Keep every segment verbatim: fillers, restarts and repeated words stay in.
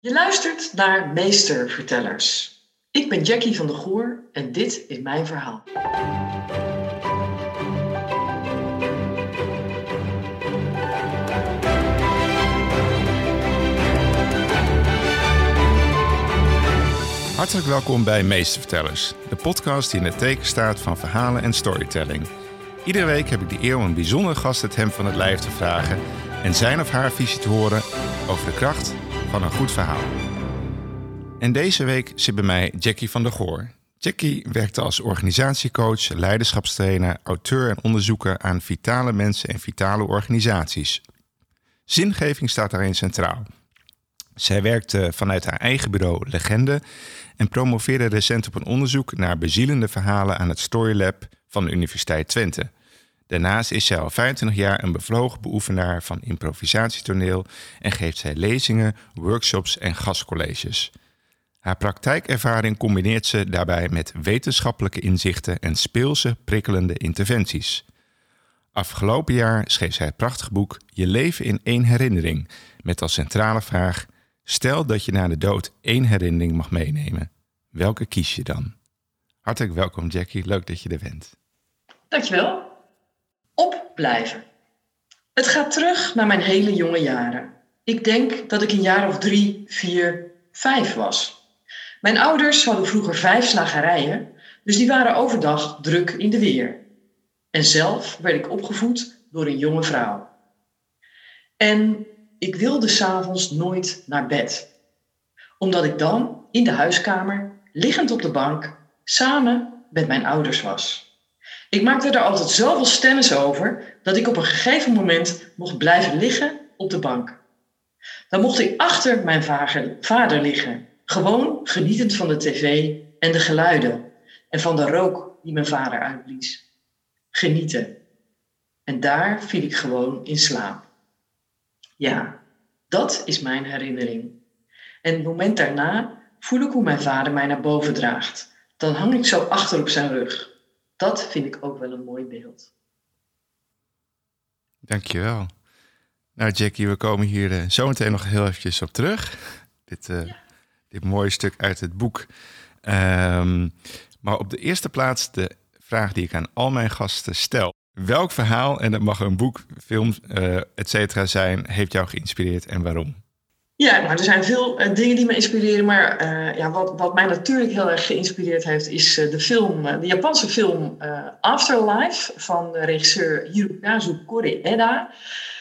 Je luistert naar Meestervertellers. Ik ben Jackie van der Goor en dit is mijn verhaal. Hartelijk welkom bij Meestervertellers, de podcast die in het teken staat van verhalen en storytelling. Iedere week heb ik de eer om een bijzondere gast het hemd van het lijf te vragen en zijn of haar visie te horen over de kracht van een goed verhaal. En deze week zit bij mij Jackie van der Goor. Jackie werkte als organisatiecoach, leiderschapstrainer, auteur en onderzoeker aan vitale mensen en vitale organisaties. Zingeving staat daarin centraal. Zij werkte vanuit haar eigen bureau Legende en promoveerde recent op een onderzoek naar bezielende verhalen aan het Storylab van de Universiteit Twente. Daarnaast is zij al vijfentwintig jaar een bevlogen beoefenaar van improvisatietoneel en geeft zij lezingen, workshops en gastcolleges. Haar praktijkervaring combineert ze daarbij met wetenschappelijke inzichten en speelse, prikkelende interventies. Afgelopen jaar schreef zij het prachtige boek Je leven in één herinnering, met als centrale vraag: stel dat je na de dood één herinnering mag meenemen. Welke kies je dan? Hartelijk welkom Jackie, leuk dat je er bent. Dankjewel. Opblijven. Het gaat terug naar mijn hele jonge jaren. Ik denk dat ik een jaar of drie, vier, vijf was. Mijn ouders hadden vroeger vijf slagerijen, dus die waren overdag druk in de weer. En zelf werd ik opgevoed door een jonge vrouw. En ik wilde 's avonds nooit naar bed. Omdat ik dan in de huiskamer, liggend op de bank, samen met mijn ouders was. Ik maakte er altijd zoveel stennis over dat ik op een gegeven moment mocht blijven liggen op de bank. Dan mocht ik achter mijn vader liggen, gewoon genietend van de tv en de geluiden en van de rook die mijn vader uitblies. Genieten. En daar viel ik gewoon in slaap. Ja, dat is mijn herinnering. En het moment daarna voel ik hoe mijn vader mij naar boven draagt. Dan hang ik zo achter op zijn rug. Dat vind ik ook wel een mooi beeld. Dankjewel. Nou Jackie, we komen hier uh, zo meteen nog heel eventjes op terug. Dit, uh, ja. dit mooie stuk uit het boek. Um, maar op de eerste plaats de vraag die ik aan al mijn gasten stel. Welk verhaal, en dat mag een boek, film, uh, et cetera zijn, heeft jou geïnspireerd en waarom? Ja, nou, er zijn veel uh, dingen die me inspireren, maar uh, ja, wat, wat mij natuurlijk heel erg geïnspireerd heeft, is uh, de film, uh, de Japanse film uh, Afterlife van de regisseur Hirokazu Koreeda.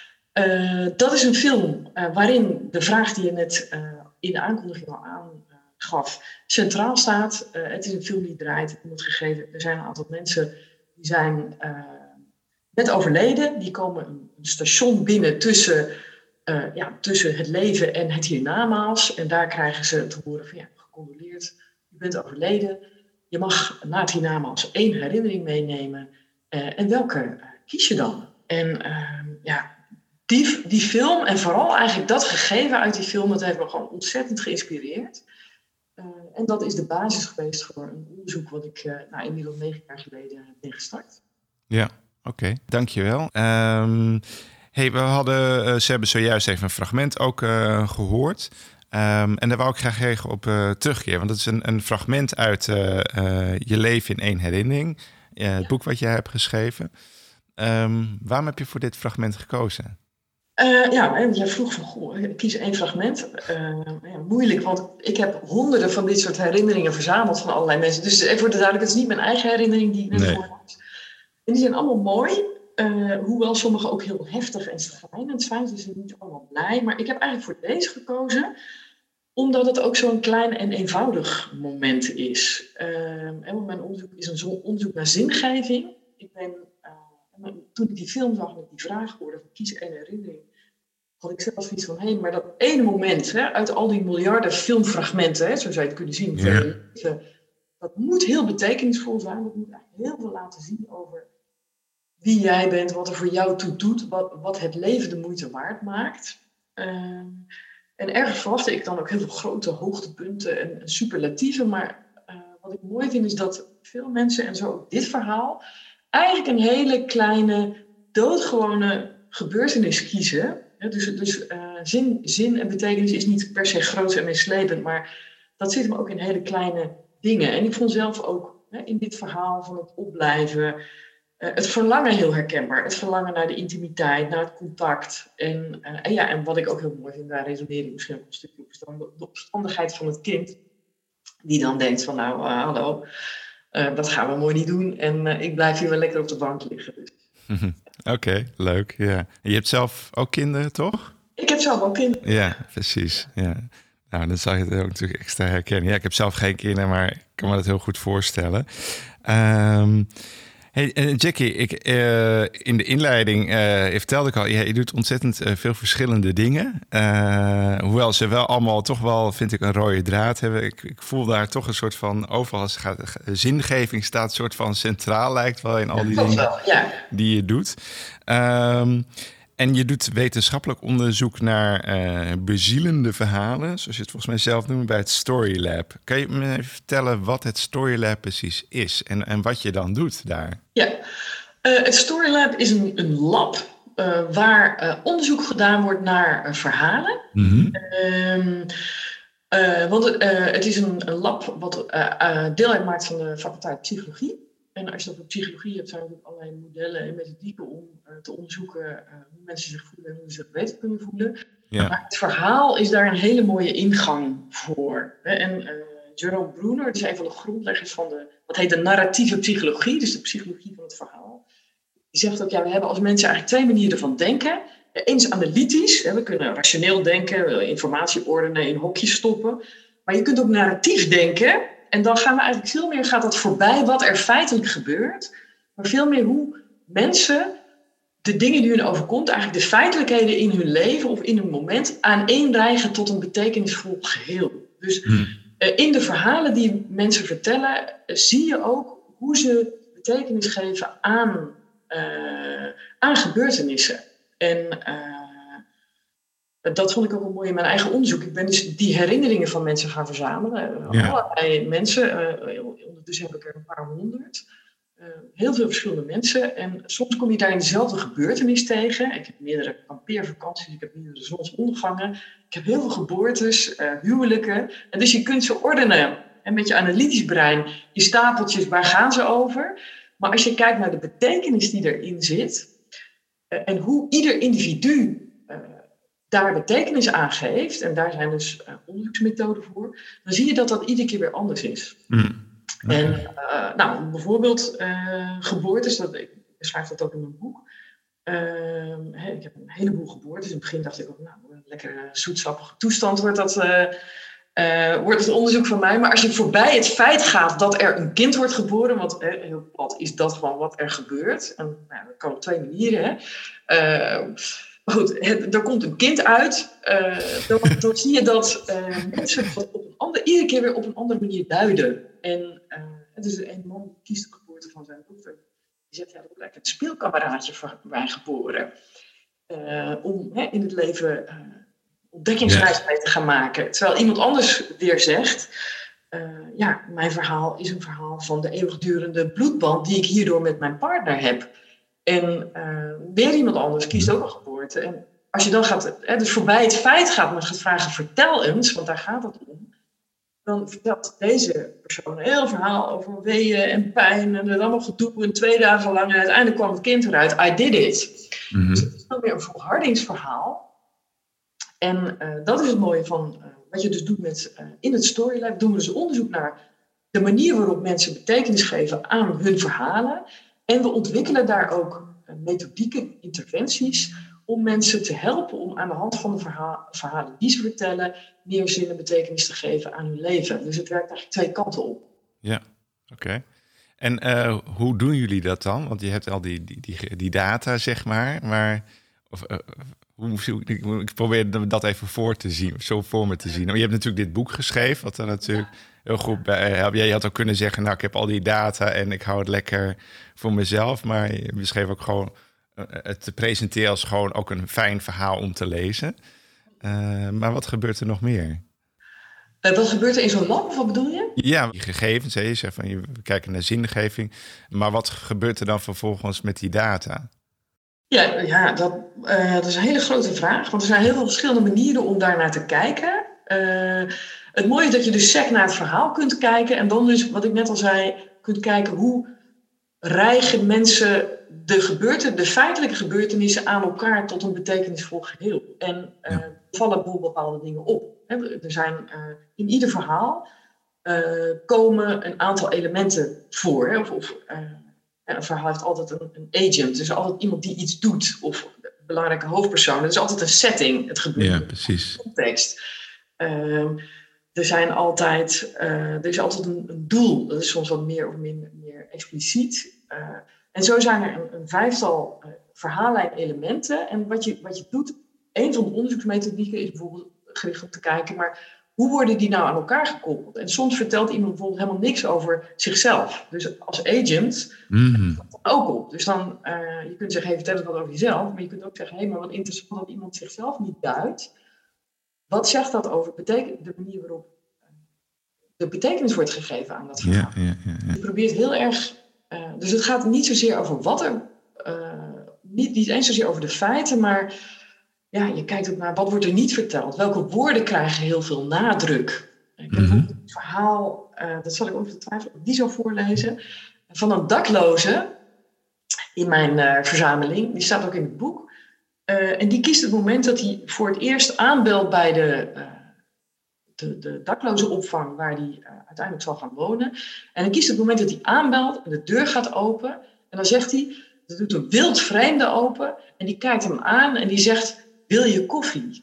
Uh, dat is een film uh, waarin de vraag die je net uh, in de aankondiging al aangaf centraal staat. Uh, het is een film die draait om het gegeven. Er zijn een aantal mensen die zijn uh, net overleden. Die komen een, een station binnen tussen, uh, ja, tussen het leven en het hiernamaals. En daar krijgen ze te horen van ja, gecondoleerd, je bent overleden. Je mag na het hiernamaals één herinnering meenemen. Uh, en welke uh, kies je dan? En uh, ja, die, die film en vooral eigenlijk dat gegeven uit die film, dat heeft me gewoon ontzettend geïnspireerd. Uh, en dat is de basis geweest voor een onderzoek wat ik uh, nou, inmiddels negen jaar geleden ben gestart. Ja, oké. Okay. Dankjewel. Um, hey, we hadden, uh, ze hebben zojuist even een fragment ook uh, gehoord. Um, en daar wou ik graag even op uh, terugkeren. Want dat is een, een fragment uit uh, uh, Je leven in één herinnering. Uh, het ja. boek wat jij hebt geschreven. Um, waarom heb je voor dit fragment gekozen? Uh, ja, jij vroeg van, goh, ik kies één fragment. Uh, ja, moeilijk, want ik heb honderden van dit soort herinneringen verzameld van allerlei mensen. Dus even voor de duidelijkheid, het is niet mijn eigen herinnering die ik net voor had. En die zijn allemaal mooi, uh, hoewel sommige ook heel heftig en schrijnend zijn. Dus ze zijn niet allemaal blij. Maar ik heb eigenlijk voor deze gekozen, omdat het ook zo'n klein en eenvoudig moment is. Uh, mijn onderzoek is een onderzoek naar zingeving. Ik ben, uh, toen ik die film zag met die vraag hoorde van kies één herinnering, had ik zelf iets van, hé, hey, maar dat ene moment, hè, uit al die miljarden filmfragmenten, hè, zo zou je het kunnen zien, ja. dat moet heel betekenisvol zijn. Dat moet eigenlijk heel veel laten zien over wie jij bent, wat er voor jou toe doet, wat, wat het leven de moeite waard maakt. Uh, en ergens verwachtte ik dan ook heel veel grote hoogtepunten en, en superlatieven, maar uh, wat ik mooi vind is dat veel mensen, en zo ook dit verhaal, eigenlijk een hele kleine, doodgewone gebeurtenis kiezen Dus, dus uh, zin, zin en betekenis is niet per se groot en meeslepend, maar dat zit hem ook in hele kleine dingen. En ik vond zelf ook hè, in dit verhaal van het opblijven, uh, het verlangen heel herkenbaar. Het verlangen naar de intimiteit, naar het contact. En, uh, en, ja, en wat ik ook heel mooi vind, daar resoneer ik misschien ook een stukje op, de opstandigheid van het kind. Die dan denkt van nou, uh, hallo, uh, dat gaan we mooi niet doen. En uh, ik blijf hier wel lekker op de bank liggen. Dus. Oké, okay, leuk. Ja. Je hebt zelf ook kinderen, toch? Ik heb zelf ook kinderen. Ja, precies. Ja. Nou, dan zal je het ook natuurlijk extra herkennen. Ja, ik heb zelf geen kinderen, maar ik kan me dat heel goed voorstellen. Um, hey, Jackie, ik, uh, in de inleiding uh, vertelde ik al, ja, je doet ontzettend uh, veel verschillende dingen. Uh, hoewel ze wel allemaal toch wel, vind ik, een rode draad hebben. Ik, ik voel daar toch een soort van, overal als het gaat, zingeving staat een soort van centraal, lijkt wel in al die dingen wel, ja. die je doet. Um, En je doet wetenschappelijk onderzoek naar uh, bezielende verhalen, zoals je het volgens mij zelf noemt, bij het Story Lab. Kan je me even vertellen wat het Story Lab precies is en, en wat je dan doet daar? Ja, uh, het Story Lab is een, een lab uh, waar uh, onderzoek gedaan wordt naar uh, verhalen. Mm-hmm. Um, uh, want uh, het is een, een lab wat uh, uh, deel uitmaakt van de faculteit Psychologie. En als je dat op psychologie hebt, zijn er ook allerlei modellen en methodieken om uh, te onderzoeken uh, hoe mensen zich voelen en hoe ze zich beter kunnen voelen. Ja. Maar het verhaal is daar een hele mooie ingang voor. Hè? En uh, Jerome Bruner, dat is een van de grondleggers van de, wat heet de narratieve psychologie, dus de psychologie van het verhaal. Die zegt ook, ja, we hebben als mensen eigenlijk twee manieren van denken. Eén is analytisch, hè? We kunnen rationeel denken, informatie ordenen, in hokjes stoppen. Maar je kunt ook narratief denken. En dan gaan we eigenlijk veel meer, gaat dat voorbij wat er feitelijk gebeurt. Maar veel meer hoe mensen de dingen die hun overkomt, eigenlijk de feitelijkheden in hun leven of in een moment aaneenrijgen tot een betekenisvol geheel. Dus hmm. uh, in de verhalen die mensen vertellen, uh, zie je ook hoe ze betekenis geven aan, uh, aan gebeurtenissen. En uh, dat vond ik ook wel mooi in mijn eigen onderzoek. Ik ben dus die herinneringen van mensen gaan verzamelen. Ja. Allerlei mensen. Uh, ondertussen heb ik er een paar honderd. Uh, heel veel verschillende mensen. En soms kom je daar in dezelfde gebeurtenis tegen. Ik heb meerdere kampeervakanties. Ik heb meerdere zonsondergangen. Ik heb heel veel geboortes, uh, huwelijken. En dus je kunt ze ordenen. En met je analytisch brein. Je stapeltjes, waar gaan ze over? Maar als je kijkt naar de betekenis die erin zit. Uh, en hoe ieder individu Uh, daar betekenis aan geeft, en daar zijn dus uh, onderzoeksmethoden voor, dan zie je dat dat iedere keer weer anders is. Mm. Okay. En uh, nou, bijvoorbeeld uh, geboortes, dat, ik beschrijf dat ook in mijn boek. Uh, he, ik heb een heleboel geboortes. In het begin dacht ik ook, nou, een lekkere zoetsappige toestand wordt dat, uh, uh, wordt het onderzoek van mij. Maar als je voorbij het feit gaat dat er een kind wordt geboren, want uh, heel plat is dat gewoon wat er gebeurt. En nou, dat kan op twee manieren. Hè. Uh, Goed, het, er komt een kind uit, uh, dan, dan zie je dat uh, mensen dat op een andere, iedere keer weer op een andere manier duiden. En uh, het is een man die kiest de geboorte van zijn dochter. Die zegt, ja, dat wordt eigenlijk een speelkameraadje van mij geboren. Uh, om hè, in het leven uh, ontdekkingsreis mee te gaan maken. Terwijl iemand anders weer zegt, uh, ja, mijn verhaal is een verhaal van de eeuwigdurende bloedband die ik hierdoor met mijn partner heb. En uh, weer iemand anders kiest ook een geboorte. En als je dan gaat, hè, dus voorbij het feit gaat, maar gaat vragen, vertel eens, want daar gaat het om. Dan vertelt deze persoon een heel verhaal over weeën en pijn en het allemaal gedoe en twee dagen lang. En uiteindelijk kwam het kind eruit, I did it. Mm-hmm. Dus het is dan weer een volhardingsverhaal. En uh, dat is het mooie van uh, wat je dus doet met, uh, in het Story Lab, doen we dus onderzoek naar de manier waarop mensen betekenis geven aan hun verhalen. En we ontwikkelen daar ook methodieke interventies om mensen te helpen om aan de hand van de verha- verhalen die ze vertellen meer zin en betekenis te geven aan hun leven. Dus het werkt eigenlijk twee kanten op. Ja, oké. Okay. En uh, hoe doen jullie dat dan? Want je hebt al die, die, die, die data, zeg maar. Maar of, uh, hoe, ik, ik probeer dat even voor te zien, zo voor me te zien. Maar je hebt natuurlijk dit boek geschreven, wat er natuurlijk ja. heel goed bij helpt. Jij had ook kunnen zeggen, nou, ik heb al die data en ik hou het lekker voor mezelf. Maar je beschreef ook gewoon uh, het te presenteren als gewoon ook een fijn verhaal om te lezen. Uh, maar wat gebeurt er nog meer? Uh, wat gebeurt er in zo'n lab, of wat bedoel je? Ja, die gegevens, hè, je zegt van, we kijken naar zingeving. Maar wat gebeurt er dan vervolgens met die data? Ja, ja dat, uh, dat is een hele grote vraag. Want er zijn heel veel verschillende manieren om daar naar te kijken. Uh, het mooie is dat je dus sec naar het verhaal kunt kijken. En dan dus, wat ik net al zei, kunt kijken hoe rijgen mensen de, gebeurten, de feitelijke gebeurtenissen aan elkaar tot een betekenisvol geheel. En uh, ja. er vallen bepaalde dingen op. Hè. Er zijn uh, in ieder verhaal uh, komen een aantal elementen voor. Hè. Of, of, uh, een verhaal heeft altijd een, een agent. Dus altijd iemand die iets doet. Of een belangrijke hoofdpersoon. Het is altijd een setting. Het gebeurt ja, precies. in de context. Uh, er, zijn altijd, uh, er is altijd een, een doel. Dat is soms wat meer of minder meer expliciet. Uh, en zo zijn er een, een vijftal uh, verhaallijn-elementen. En wat je, wat je doet, een van de onderzoeksmethodieken is bijvoorbeeld gericht om te kijken, maar hoe worden die nou aan elkaar gekoppeld? En soms vertelt iemand bijvoorbeeld helemaal niks over zichzelf. Dus als agent, mm-hmm. dat dan ook op. Dus dan, uh, je kunt zeggen, hey, vertel eens wat over jezelf. Maar je kunt ook zeggen, hé, hey, maar wat interessant dat iemand zichzelf niet duidt. Wat zegt dat over beteken- de manier waarop de betekenis wordt gegeven aan dat verhaal? Ja, ja, ja, ja. Je probeert heel erg... Uh, dus het gaat niet zozeer over wat er... Uh, niet, niet eens zozeer over de feiten, maar... Ja, je kijkt ook naar wat wordt er niet verteld. Welke woorden krijgen heel veel nadruk? Ik heb mm-hmm. een verhaal, uh, dat zal ik over twijfelen, die zou voorlezen. Van een dakloze in mijn uh, verzameling. Die staat ook in het boek. Uh, en die kiest het moment dat hij voor het eerst aanbelt bij de, uh, de, de daklozenopvang waar hij uh, uiteindelijk zal gaan wonen. En hij kiest het moment dat hij aanbelt en de deur gaat open. En dan zegt hij, er doet een wild vreemde open. En die kijkt hem aan en die zegt, wil je koffie?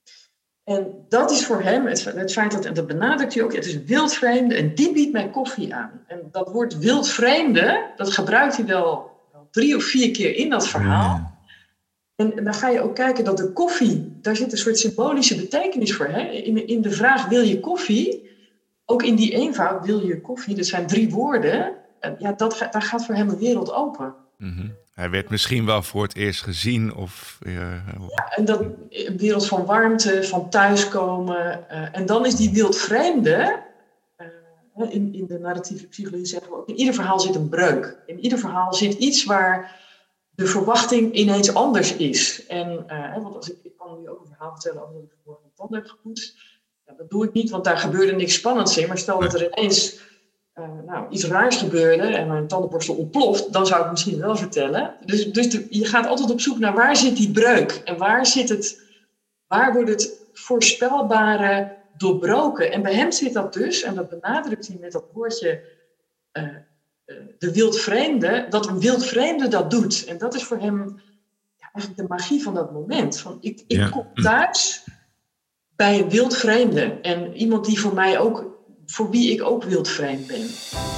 En dat is voor hem, het, het feit dat, en dat benadrukt hij ook, het is een wildvreemde en die biedt mij koffie aan. En dat woord wildvreemde, dat gebruikt hij wel, wel drie of vier keer in dat verhaal. Ja. En, en dan ga je ook kijken dat de koffie, daar zit een soort symbolische betekenis voor. Hè? In, in de vraag, wil je koffie? Ook in die eenvoud, wil je koffie? Dat zijn drie woorden. En ja, dat, daar gaat voor hem een wereld open. Mm-hmm. Hij werd misschien wel voor het eerst gezien. Of, uh, ja, en dat een wereld van warmte, van thuiskomen. Uh, en dan is die wildvreemde, uh, in, in de narratieve psychologie zeggen we ook, in ieder verhaal zit een breuk. In ieder verhaal zit iets waar de verwachting ineens anders is. En, uh, want als ik, ik kan nu ook een verhaal vertellen over dat ik vanmorgen mijn tanden heb gepoetst. Ja, dat doe ik niet, want daar gebeurde niks spannends in. Maar stel dat er ineens... Uh, nou, iets raars gebeurde en mijn tandenborstel ontploft, dan zou ik het misschien wel vertellen. Dus, dus de, je gaat altijd op zoek naar waar zit die breuk en waar zit het, waar wordt het voorspelbare doorbroken. En bij hem zit dat dus, en dat benadrukt hij met dat woordje, uh, uh, de wildvreemde, dat een wildvreemde dat doet. En dat is voor hem ja, eigenlijk de magie van dat moment. Van, ik, ik ja. kom thuis bij een wildvreemde en iemand die voor mij ook, voor wie ik ook wildvreemd ben.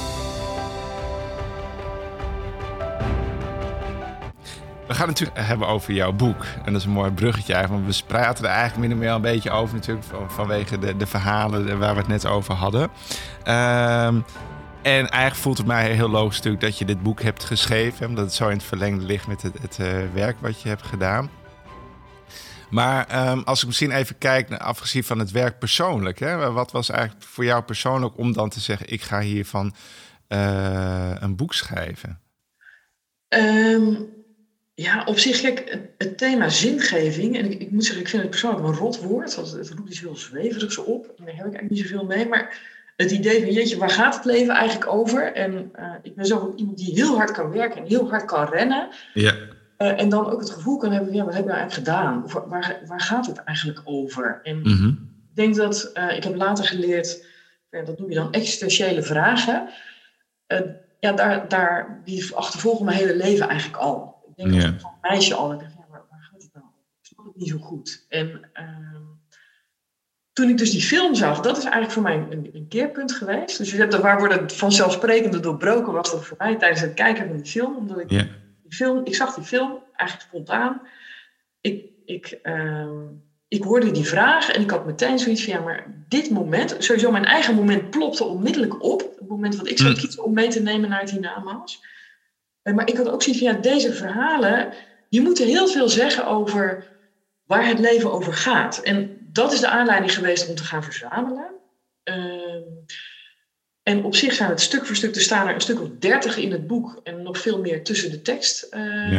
We gaan het natuurlijk hebben over jouw boek. En dat is een mooi bruggetje eigenlijk. Want we praten er eigenlijk min of meer een beetje over natuurlijk. Vanwege de, de verhalen waar we het net over hadden. Um, en eigenlijk voelt het mij heel logisch natuurlijk dat je dit boek hebt geschreven. Omdat het zo in het verlengde ligt met het, het uh, werk wat je hebt gedaan. Maar um, als ik misschien even kijk, naar, afgezien van het werk persoonlijk. Hè, wat was eigenlijk voor jou persoonlijk om dan te zeggen, ik ga hiervan uh, een boek schrijven? Um, ja, op zich, kijk, het, het thema zingeving. En ik, ik moet zeggen, ik vind het persoonlijk een rot woord. Want het roept iets heel zweverigs op. En daar heb ik eigenlijk niet zoveel mee. Maar het idee van, jeetje, waar gaat het leven eigenlijk over? En uh, ik ben zelf ook iemand die heel hard kan werken en heel hard kan rennen. Ja. Uh, en dan ook het gevoel kan hebben, ja, wat heb ik nou eigenlijk gedaan? Of waar, waar gaat het eigenlijk over? En mm-hmm. ik denk dat, uh, ik heb later geleerd, ja, dat noem je dan existentiële vragen. Uh, ja, daar, daar, die achtervolgen mijn hele leven eigenlijk al. Ik denk yeah. dat van een meisje al, ik dacht, ja, waar, waar gaat het nou? Ik snap het niet zo goed. En uh, toen ik dus die film zag, dat is eigenlijk voor mij een, een keerpunt geweest. Dus je hebt er, waar wordt het vanzelfsprekende doorbroken, was dat voor mij tijdens het kijken van die film, omdat ik... Yeah. Film, ik zag die film, eigenlijk spontaan. Ik, ik, uh, ik hoorde die vraag en ik had meteen zoiets van, ja, maar dit moment, sowieso mijn eigen moment plopte onmiddellijk op. Het moment wat ik zou kiezen om mee te nemen naar het hiernamaals. Uh, maar ik had ook zoiets van, ja, deze verhalen, die moeten heel veel zeggen over waar het leven over gaat. En dat is de aanleiding geweest om te gaan verzamelen. Uh, En op zich zijn het stuk voor stuk, er staan er een stuk of dertig in het boek en nog veel meer tussen de tekst uh, ja.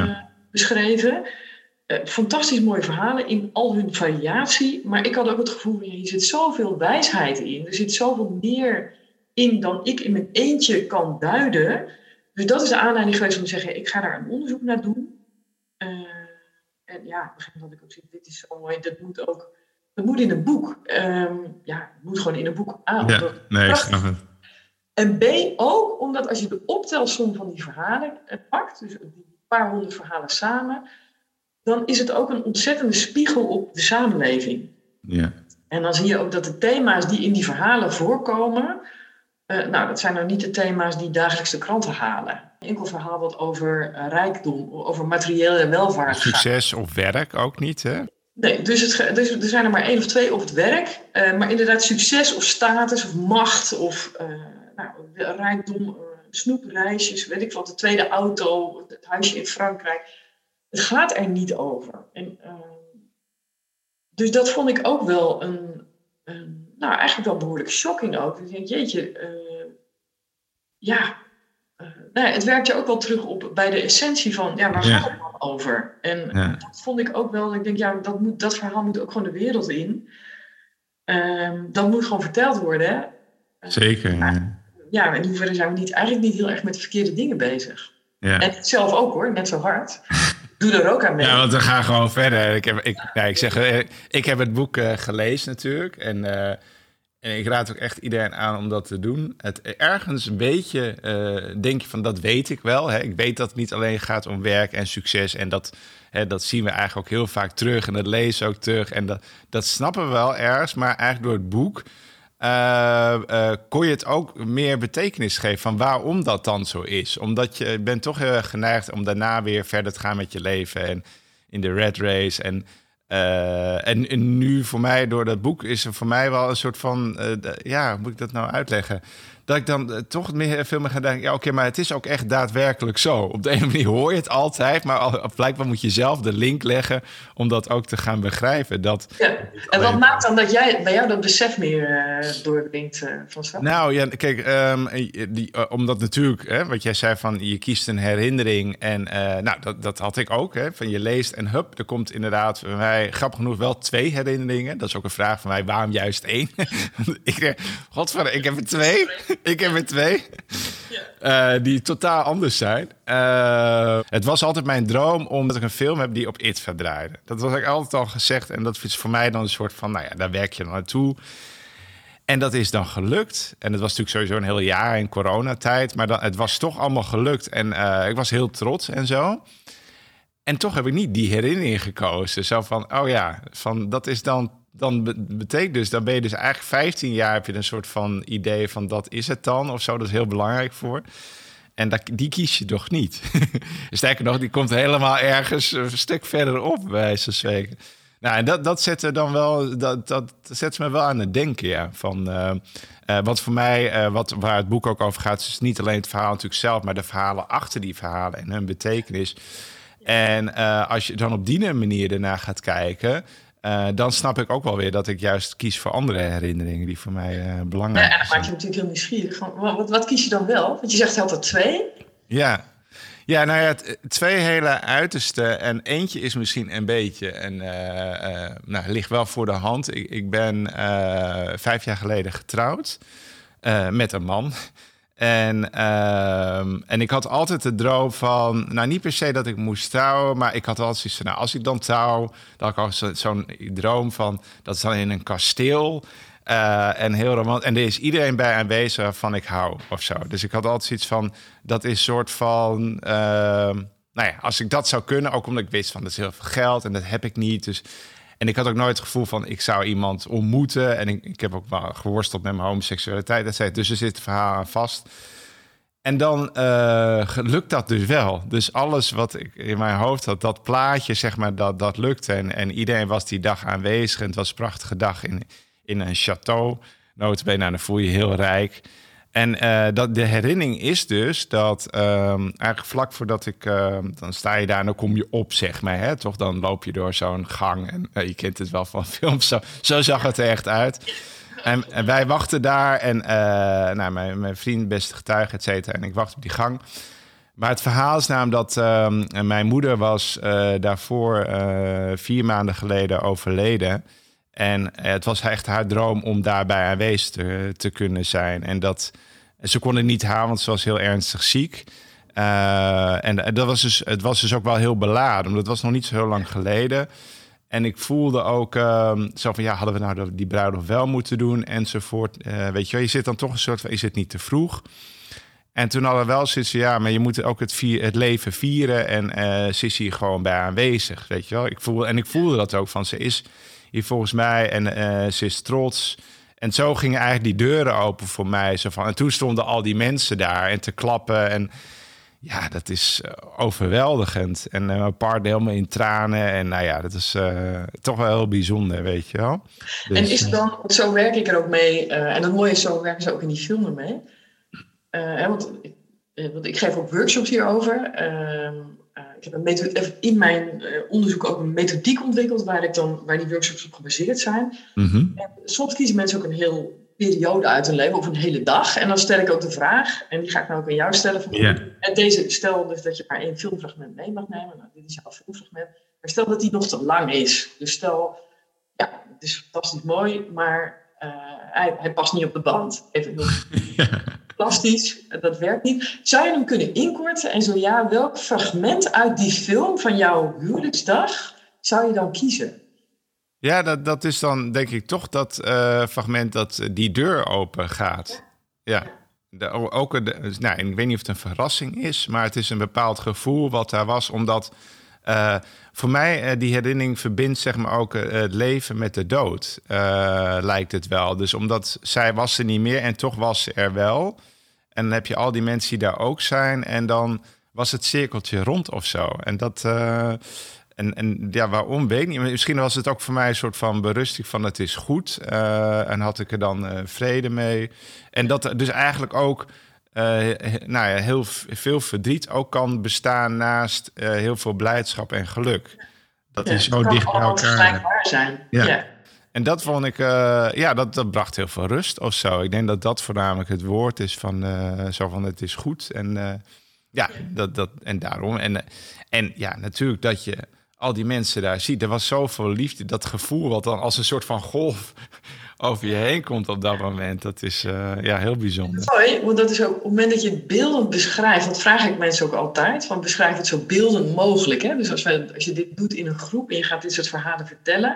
beschreven. Uh, fantastisch mooie verhalen in al hun variatie. Maar ik had ook het gevoel, ja, hier zit zoveel wijsheid in. Er zit zoveel meer in dan ik in mijn eentje kan duiden. Dus dat is de aanleiding geweest om te zeggen, ik ga daar een onderzoek naar doen. Uh, en ja, op een gegeven moment had ik ook zoiets, dit is zo mooi, dat moet ook, dat moet in een boek. Um, ja, het moet gewoon in een boek aan. Ja, nee, ik snap het. En B, ook omdat als je de optelsom van die verhalen pakt, dus die paar honderd verhalen samen, dan is het ook een ontzettende spiegel op de samenleving. Ja. En dan zie je ook dat de thema's die in die verhalen voorkomen, uh, nou, dat zijn nou niet de thema's die dagelijks de kranten halen. Een enkel verhaal wat over uh, rijkdom, over materiële welvaart gaat. Succes of werk ook niet, hè? Nee, dus, het, dus er zijn er maar één of twee op het werk. Uh, maar inderdaad succes of status of macht of uh, nou, rijkdom, uh, snoepreisjes, weet ik wat, de tweede auto, het huisje in Frankrijk. Het gaat er niet over. En, uh, dus dat vond ik ook wel een, een nou eigenlijk wel behoorlijk shocking ook. Ik denk, jeetje, uh, ja, uh, nou ja, het werkt je ook wel terug op bij de essentie van, ja, waar gaat het dan over? En ja. dat vond ik ook wel, ik denk, ja, dat, moet, dat verhaal moet ook gewoon de wereld in. Uh, dat moet gewoon verteld worden, hè? Uh, Zeker, ja. ja. Ja, in hoeverre zijn we niet, eigenlijk niet heel erg met de verkeerde dingen bezig. Ja. En ik zelf ook hoor, net zo hard. Doe er ook aan mee. Ja, want we gaan gewoon verder. Ik heb, ik, ja, ik, zeg, ik heb het boek uh, gelezen natuurlijk. En, uh, en ik raad ook echt iedereen aan om dat te doen. Het, ergens een beetje uh, denk je van, dat weet ik wel. Hè. Ik weet dat het niet alleen gaat om werk en succes. En dat, hè, dat zien we eigenlijk ook heel vaak terug. En dat lezen we ook terug. En dat, dat snappen we wel ergens. Maar eigenlijk door het boek Uh, uh, kon je het ook meer betekenis geven van waarom dat dan zo is. Omdat je bent toch heel erg geneigd om daarna weer verder te gaan met je leven en in de rat race. En, uh, en, en nu voor mij, door dat boek, is er voor mij wel een soort van, uh, de, ja, hoe moet ik dat nou uitleggen? Dat ik dan uh, toch meer, veel meer ga denken, ja oké, okay, maar het is ook echt daadwerkelijk zo. Op de ene manier hoor je het altijd, maar al, blijkbaar moet je zelf de link leggen om dat ook te gaan begrijpen. Dat, ja. En wat maakt dan dat jij bij jou dat besef meer uh, doordringt, uh, François? Nou ja, kijk, um, die, uh, omdat natuurlijk, hè, wat jij zei van je kiest een herinnering en uh, nou, dat, dat had ik ook, hè, van je leest en hup, er komt inderdaad bij mij, grappig genoeg, wel twee herinneringen. Dat is ook een vraag van mij, waarom juist één? ik denk, godverdomme, ik heb er twee. Ik heb er twee. Uh, die totaal anders zijn. Uh, het was altijd mijn droom omdat ik een film heb die op I T V A draaide. Dat was ik altijd al gezegd. En dat is voor mij dan een soort van, nou ja, daar werk je dan naartoe. En dat is dan gelukt. En het was natuurlijk sowieso een heel jaar in coronatijd. Maar dan, het was toch allemaal gelukt. En uh, ik was heel trots en zo. En toch heb ik niet die herinnering gekozen. Zo van, oh ja, van, dat is dan... Dan betekent dus, dan ben je dus eigenlijk vijftien jaar... heb je een soort van idee van dat is het dan of zo. Dat is heel belangrijk voor. En dat, die kies je toch niet. Sterker nog, die komt helemaal ergens een stuk verderop bij zo'n spreken. Nou, en dat, dat zet er dan wel, dat, dat zet me wel aan het denken, ja. Van, uh, uh, wat voor mij, uh, wat, waar het boek ook over gaat, is niet alleen het verhaal natuurlijk zelf, maar de verhalen achter die verhalen en hun betekenis. En uh, als je dan op die manier ernaar gaat kijken, Uh, dan snap ik ook wel weer dat ik juist kies voor andere herinneringen die voor mij uh, belangrijk zijn. Ja, dat maakt je natuurlijk heel nieuwsgierig. Wat, wat kies je dan wel? Want je zegt altijd twee. Ja, ja nou ja, het, twee hele uiterste. En eentje is misschien een beetje, en uh, uh, nou, ligt wel voor de hand. Ik, ik ben uh, vijf jaar geleden getrouwd uh, met een man. En, uh, en ik had altijd de droom van, nou niet per se dat ik moest trouwen, maar ik had altijd zoiets van, nou als ik dan trouw, dan had ik al zo, zo'n droom van, dat is dan in een kasteel uh, en heel romantisch. En er is iedereen bij aanwezig waarvan ik hou of zo. Dus ik had altijd zoiets van, dat is soort van, uh, nou ja, als ik dat zou kunnen, ook omdat ik wist van, dat is heel veel geld en dat heb ik niet, dus... En ik had ook nooit het gevoel van, ik zou iemand ontmoeten. En ik, ik heb ook wel geworsteld met mijn homoseksualiteit. Dat zei, dus er zit het verhaal aan vast. En dan uh, lukt dat dus wel. Dus alles wat ik in mijn hoofd had, dat plaatje, zeg maar, dat, dat lukte. En, en iedereen was die dag aanwezig. En het was een prachtige dag in, in een château. Nota bene, nou, dan voel je je heel rijk. En uh, dat, de herinnering is dus dat um, eigenlijk vlak voordat ik... Uh, dan sta je daar en dan kom je op, zeg maar. Hè? Toch, dan loop je door zo'n gang. En uh, je kent het wel van films. Zo, zo zag het er echt uit. En, en wij wachten daar. En uh, nou, mijn, mijn vriend, beste getuige, et cetera. En ik wacht op die gang. Maar het verhaal is namelijk dat uh, mijn moeder was uh, daarvoor uh, vier maanden geleden overleden. En uh, het was echt haar droom om daarbij aanwezig te, te kunnen zijn. En dat, ze kon het niet halen, want ze was heel ernstig ziek. Uh, en dat was dus, het was dus ook wel heel beladen, omdat het was nog niet zo heel lang geleden. En ik voelde ook uh, zo van, ja, hadden we nou die bruiloft wel moeten doen enzovoort. Uh, weet je wel, je zit dan toch een soort van, is het niet te vroeg? En toen hadden we wel zoiets van, ja, maar je moet ook het, vier, het leven vieren. En uh, ze is hier gewoon bij aanwezig, weet je wel. Ik voel, en ik voelde dat ook van, ze is hier volgens mij en uh, ze is trots. En zo gingen eigenlijk die deuren open voor mij. Zo van, en toen stonden al die mensen daar en te klappen. En ja, dat is uh, overweldigend. En uh, mijn partner helemaal in tranen. En nou ja, dat is uh, toch wel heel bijzonder, weet je wel. Dus, en is het dan, zo werk ik er ook mee. Uh, en het mooie is, zo werken ze ook in die filmen mee. Uh, hè, want, uh, want ik geef ook workshops hierover. Uh, uh, ik heb een methode, in mijn uh, onderzoek ook een methodiek ontwikkeld waar, ik dan, waar die workshops op gebaseerd zijn. Mm-hmm. En soms kiezen mensen ook een heel periode uit hun leven of een hele dag. En dan stel ik ook de vraag, en die ga ik nou ook aan jou stellen. Van, yeah. En deze, stel dus dat je maar één filmfragment mee mag nemen. Nou, dit is jouw filmfragment. Maar stel dat die nog te lang is. Dus stel, ja, het is fantastisch mooi, maar uh, hij, hij past niet op de band. Even heel plastisch, dat werkt niet. Zou je hem kunnen inkorten? En zo ja, welk fragment uit die film van jouw huwelijksdag zou je dan kiezen? Ja, dat, dat is dan denk ik toch dat uh, fragment dat die deur open gaat. Ja, de, ook de, nou, ik weet niet of het een verrassing is, maar het is een bepaald gevoel wat daar was, omdat uh, voor mij uh, die herinnering verbindt zeg maar ook uh, het leven met de dood, uh, lijkt het wel. Dus omdat zij was er niet meer en toch was ze er wel. En dan heb je al die mensen die daar ook zijn en dan was het cirkeltje rond of zo. En dat... Uh, En, en ja, waarom weet ik niet. Misschien was het ook voor mij een soort van berusting van het is goed. Uh, en had ik er dan uh, vrede mee. En dat er dus eigenlijk ook uh, nou ja, heel veel verdriet ook kan bestaan naast uh, heel veel blijdschap en geluk. Dat ja, is zo dicht bij elkaar. Vergelijkbaar zijn. Ja. Ja. En dat vond ik, uh, ja, dat, dat bracht heel veel rust of zo. Ik denk dat dat voornamelijk het woord is van, uh, zo van het is goed. En uh, ja, dat, dat, en daarom. En, en ja, natuurlijk dat je al die mensen daar ziet. Er was zoveel liefde. Dat gevoel wat dan als een soort van golf over je heen komt op dat moment. Dat is uh, ja, heel bijzonder. Mooi, want dat is ook op het moment dat je het beeldend beschrijft. Dat vraag ik mensen ook altijd. Van beschrijf het zo beeldend mogelijk. Hè? Dus als, we, als je dit doet in een groep en je gaat dit soort verhalen vertellen.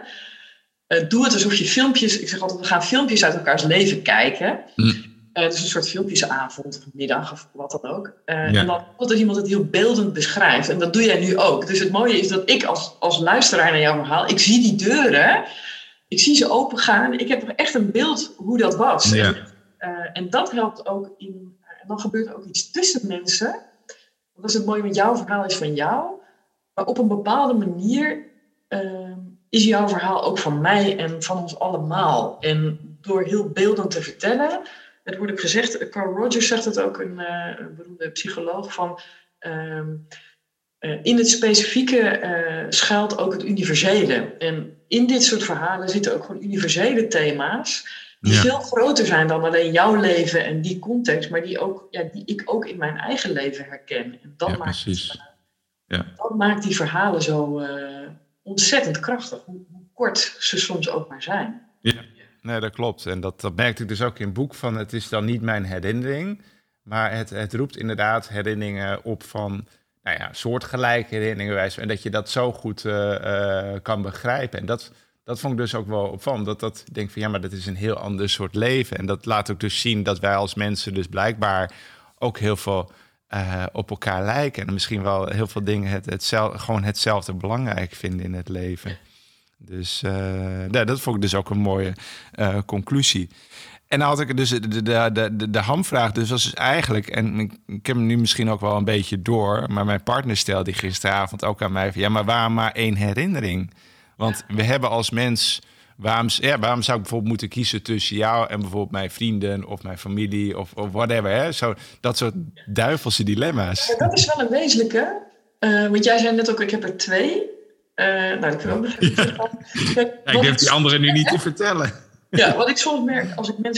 Uh, doe het alsof je filmpjes... Ik zeg altijd, we gaan filmpjes uit elkaars leven kijken. Mm. Uh, dus een soort filmpjesavond of middag of wat dan ook. Uh, ja. En dan dat iemand het heel beeldend beschrijft. En dat doe jij nu ook. Dus het mooie is dat ik als, als luisteraar naar jouw verhaal... Ik zie die deuren. Ik zie ze open gaan. Ik heb echt een beeld hoe dat was. Ja. En, uh, en dat helpt ook in... En dan gebeurt er ook iets tussen mensen. Want dat is het mooie met jouw verhaal is van jou. Maar op een bepaalde manier... Uh, is jouw verhaal ook van mij en van ons allemaal. En door heel beeldend te vertellen... Het wordt ook gezegd, Carl Rogers zegt het ook, een, uh, een beroemde psycholoog, van uh, uh, in het specifieke uh, schuilt ook het universele. En in dit soort verhalen zitten ook gewoon universele thema's, die ja. veel groter zijn dan alleen jouw leven en die context, maar die, ook, ja, die ik ook in mijn eigen leven herken. En dat, ja, maakt, precies. het, uh, ja. dat maakt die verhalen zo uh, ontzettend krachtig, hoe, hoe kort ze soms ook maar zijn. Ja. Nee, dat klopt. En dat, dat merkte ik dus ook in het boek van... het is dan niet mijn herinnering... maar het, het roept inderdaad herinneringen op van... nou ja, soortgelijke herinneringen. En dat je dat zo goed uh, uh, kan begrijpen. En dat, dat vond ik dus ook wel opvallend. Dat dat ik denk van ja, maar dat is een heel ander soort leven. En dat laat ook dus zien dat wij als mensen dus blijkbaar... ook heel veel uh, op elkaar lijken. En misschien wel heel veel dingen het, hetzelfde, gewoon hetzelfde belangrijk vinden in het leven. Dus uh, nee, dat vond ik dus ook een mooie uh, conclusie. En dan had ik dus de, de, de, de, de hamvraag, dus was dus eigenlijk... en ik, ik heb hem nu misschien ook wel een beetje door... maar mijn partner stelde die gisteravond ook aan mij van... ja, maar waarom maar één herinnering? Want we hebben als mens... Waarom, ja, waarom zou ik bijvoorbeeld moeten kiezen tussen jou... en bijvoorbeeld mijn vrienden of mijn familie of, of whatever? Hè? Zo, dat soort duivelse dilemma's. Ja, dat is wel een wezenlijke. Uh, want jij zei net ook, ik heb er twee... Uh, nou, dat kun je ook nog even ja. Ja, ik heb die anderen nu niet te vertellen. Ja, wat ik soms merk als ik mensen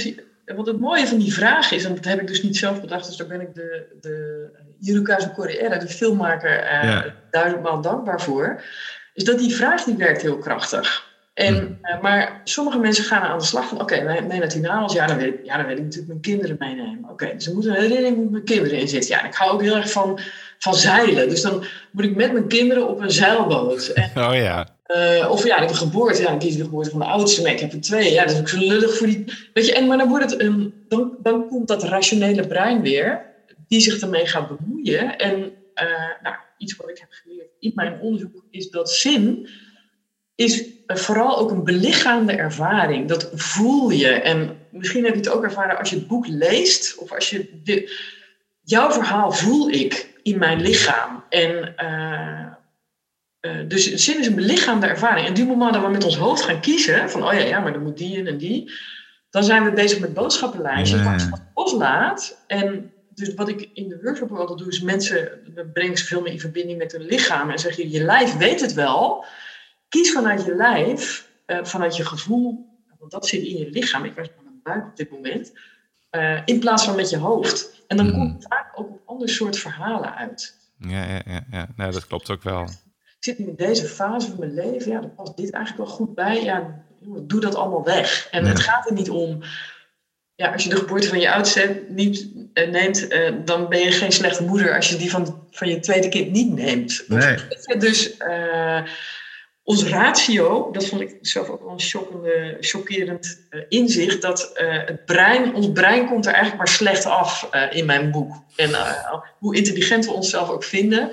wat het mooie van die vraag is, en dat heb ik dus niet zelf bedacht, dus daar ben ik de, de Hirokazu Koreeda, de filmmaker, uh, ja. duizendmaal dankbaar voor, is dat die vraag die werkt heel krachtig. En, mm. uh, maar sommige mensen gaan aan de slag van, oké, okay, mee naar Tinamos, ja, dan weet ik, ja, dan weet ik natuurlijk mijn kinderen meenemen. Oké, okay, dus er moet een herinnering met mijn kinderen in zitten. Ja, ik hou ook heel erg van, van zeilen, dus dan moet ik met mijn kinderen op een zeilboot. En, oh ja. Uh, of ja, ik heb een geboorte. Ja, dan kies ik de geboorte van de oudste. Maar ik heb er twee. Ja, dat is ook zo lullig voor die... Weet je, en, maar dan, wordt het een, dan, dan komt dat rationele brein weer, die zich ermee gaat bemoeien. En uh, nou, iets wat ik heb geleerd in mijn onderzoek is dat zin is uh, vooral ook een belichaamde ervaring. Dat voel je. En misschien heb je het ook ervaren als je het boek leest. Of als je... De, jouw verhaal voel ik in mijn lichaam. En... Uh, Uh, dus zin is een belichaamde ervaring. En die moment dat we met ons hoofd gaan kiezen, van oh ja, ja, maar dan moet die in en die, dan zijn we bezig met boodschappenlijstjes. Maar als je dat loslaat, en dus wat ik in de workshop altijd doe, is mensen, dan breng ik ze veel meer in verbinding met hun lichaam en zeg je, je lijf weet het wel. Kies vanuit je lijf, uh, vanuit je gevoel, want dat zit in je lichaam. Ik wijs naar mijn buik op dit moment. Uh, in plaats van met je hoofd. En dan mm. komt vaak ook een ander soort verhalen uit. Ja, ja, ja, ja. Nou, dat klopt ook wel. Ik zit nu in deze fase van mijn leven, ja, dan past dit eigenlijk wel goed bij. Ja, doe dat allemaal weg. En ja. Het gaat er niet om, ja, als je de geboorte van je oudste niet uh, neemt, uh, dan ben je geen slechte moeder als je die van, van je tweede kind niet neemt. Nee. Dus uh, ons ratio, dat vond ik zelf ook wel een shockende, chockerend uh, inzicht, dat uh, het brein, ons brein komt er eigenlijk maar slecht af uh, in mijn boek. En uh, hoe intelligent we onszelf ook vinden,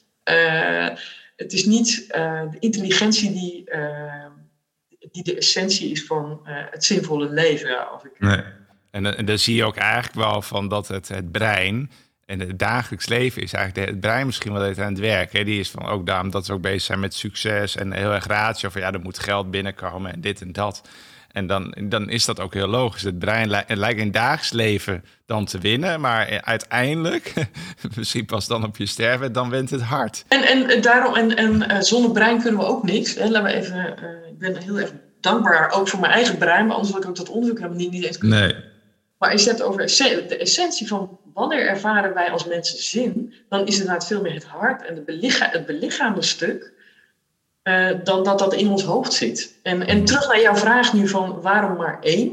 uh, het is niet uh, de intelligentie die, uh, die de essentie is van uh, het zinvolle leven. Ja, of ik... nee. En, en dan zie je ook eigenlijk wel van dat het, het brein en het dagelijks leven is eigenlijk het brein misschien wel aan het werk. Hè? Die is van ook daarom dat ze ook bezig zijn met succes en heel erg ratio van ja, er moet geld binnenkomen en dit en dat. En dan, dan is dat ook heel logisch. Het brein li- het lijkt in het dagelijks leven dan te winnen, maar uiteindelijk, misschien pas dan op je sterven, dan wint het hart. En, en, daarom, en, en uh, zonder brein kunnen we ook niks. Hè? Laten we even, uh, ik ben heel erg dankbaar ook voor mijn eigen brein, maar anders had ik ook dat onderzoek helemaal niet, niet eens kunnen. Nee. Maar als je het over de essentie van wanneer ervaren wij als mensen zin, dan is het inderdaad veel meer het hart en de belicha- het belichaamde stuk. Uh, dan dat dat in ons hoofd zit. En, en terug naar jouw vraag nu van waarom maar één?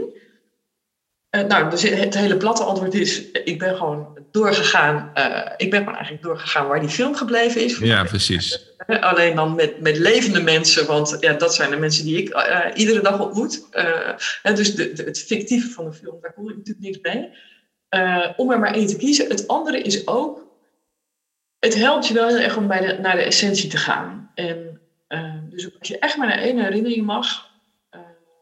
Uh, nou, dus het hele platte antwoord is, ik ben gewoon doorgegaan. Uh, ik ben gewoon eigenlijk doorgegaan waar die film gebleven is. Ja, precies. Uh, alleen dan met, met levende mensen, want ja, dat zijn de mensen die ik uh, iedere dag ontmoet. Uh, uh, dus de, de, het fictieve van de film, daar kom ik natuurlijk niks bij. Uh, om er maar één te kiezen. Het andere is ook, het helpt je wel heel erg om bij de, naar de essentie te gaan. En Uh, dus als je echt maar naar één herinnering mag, uh,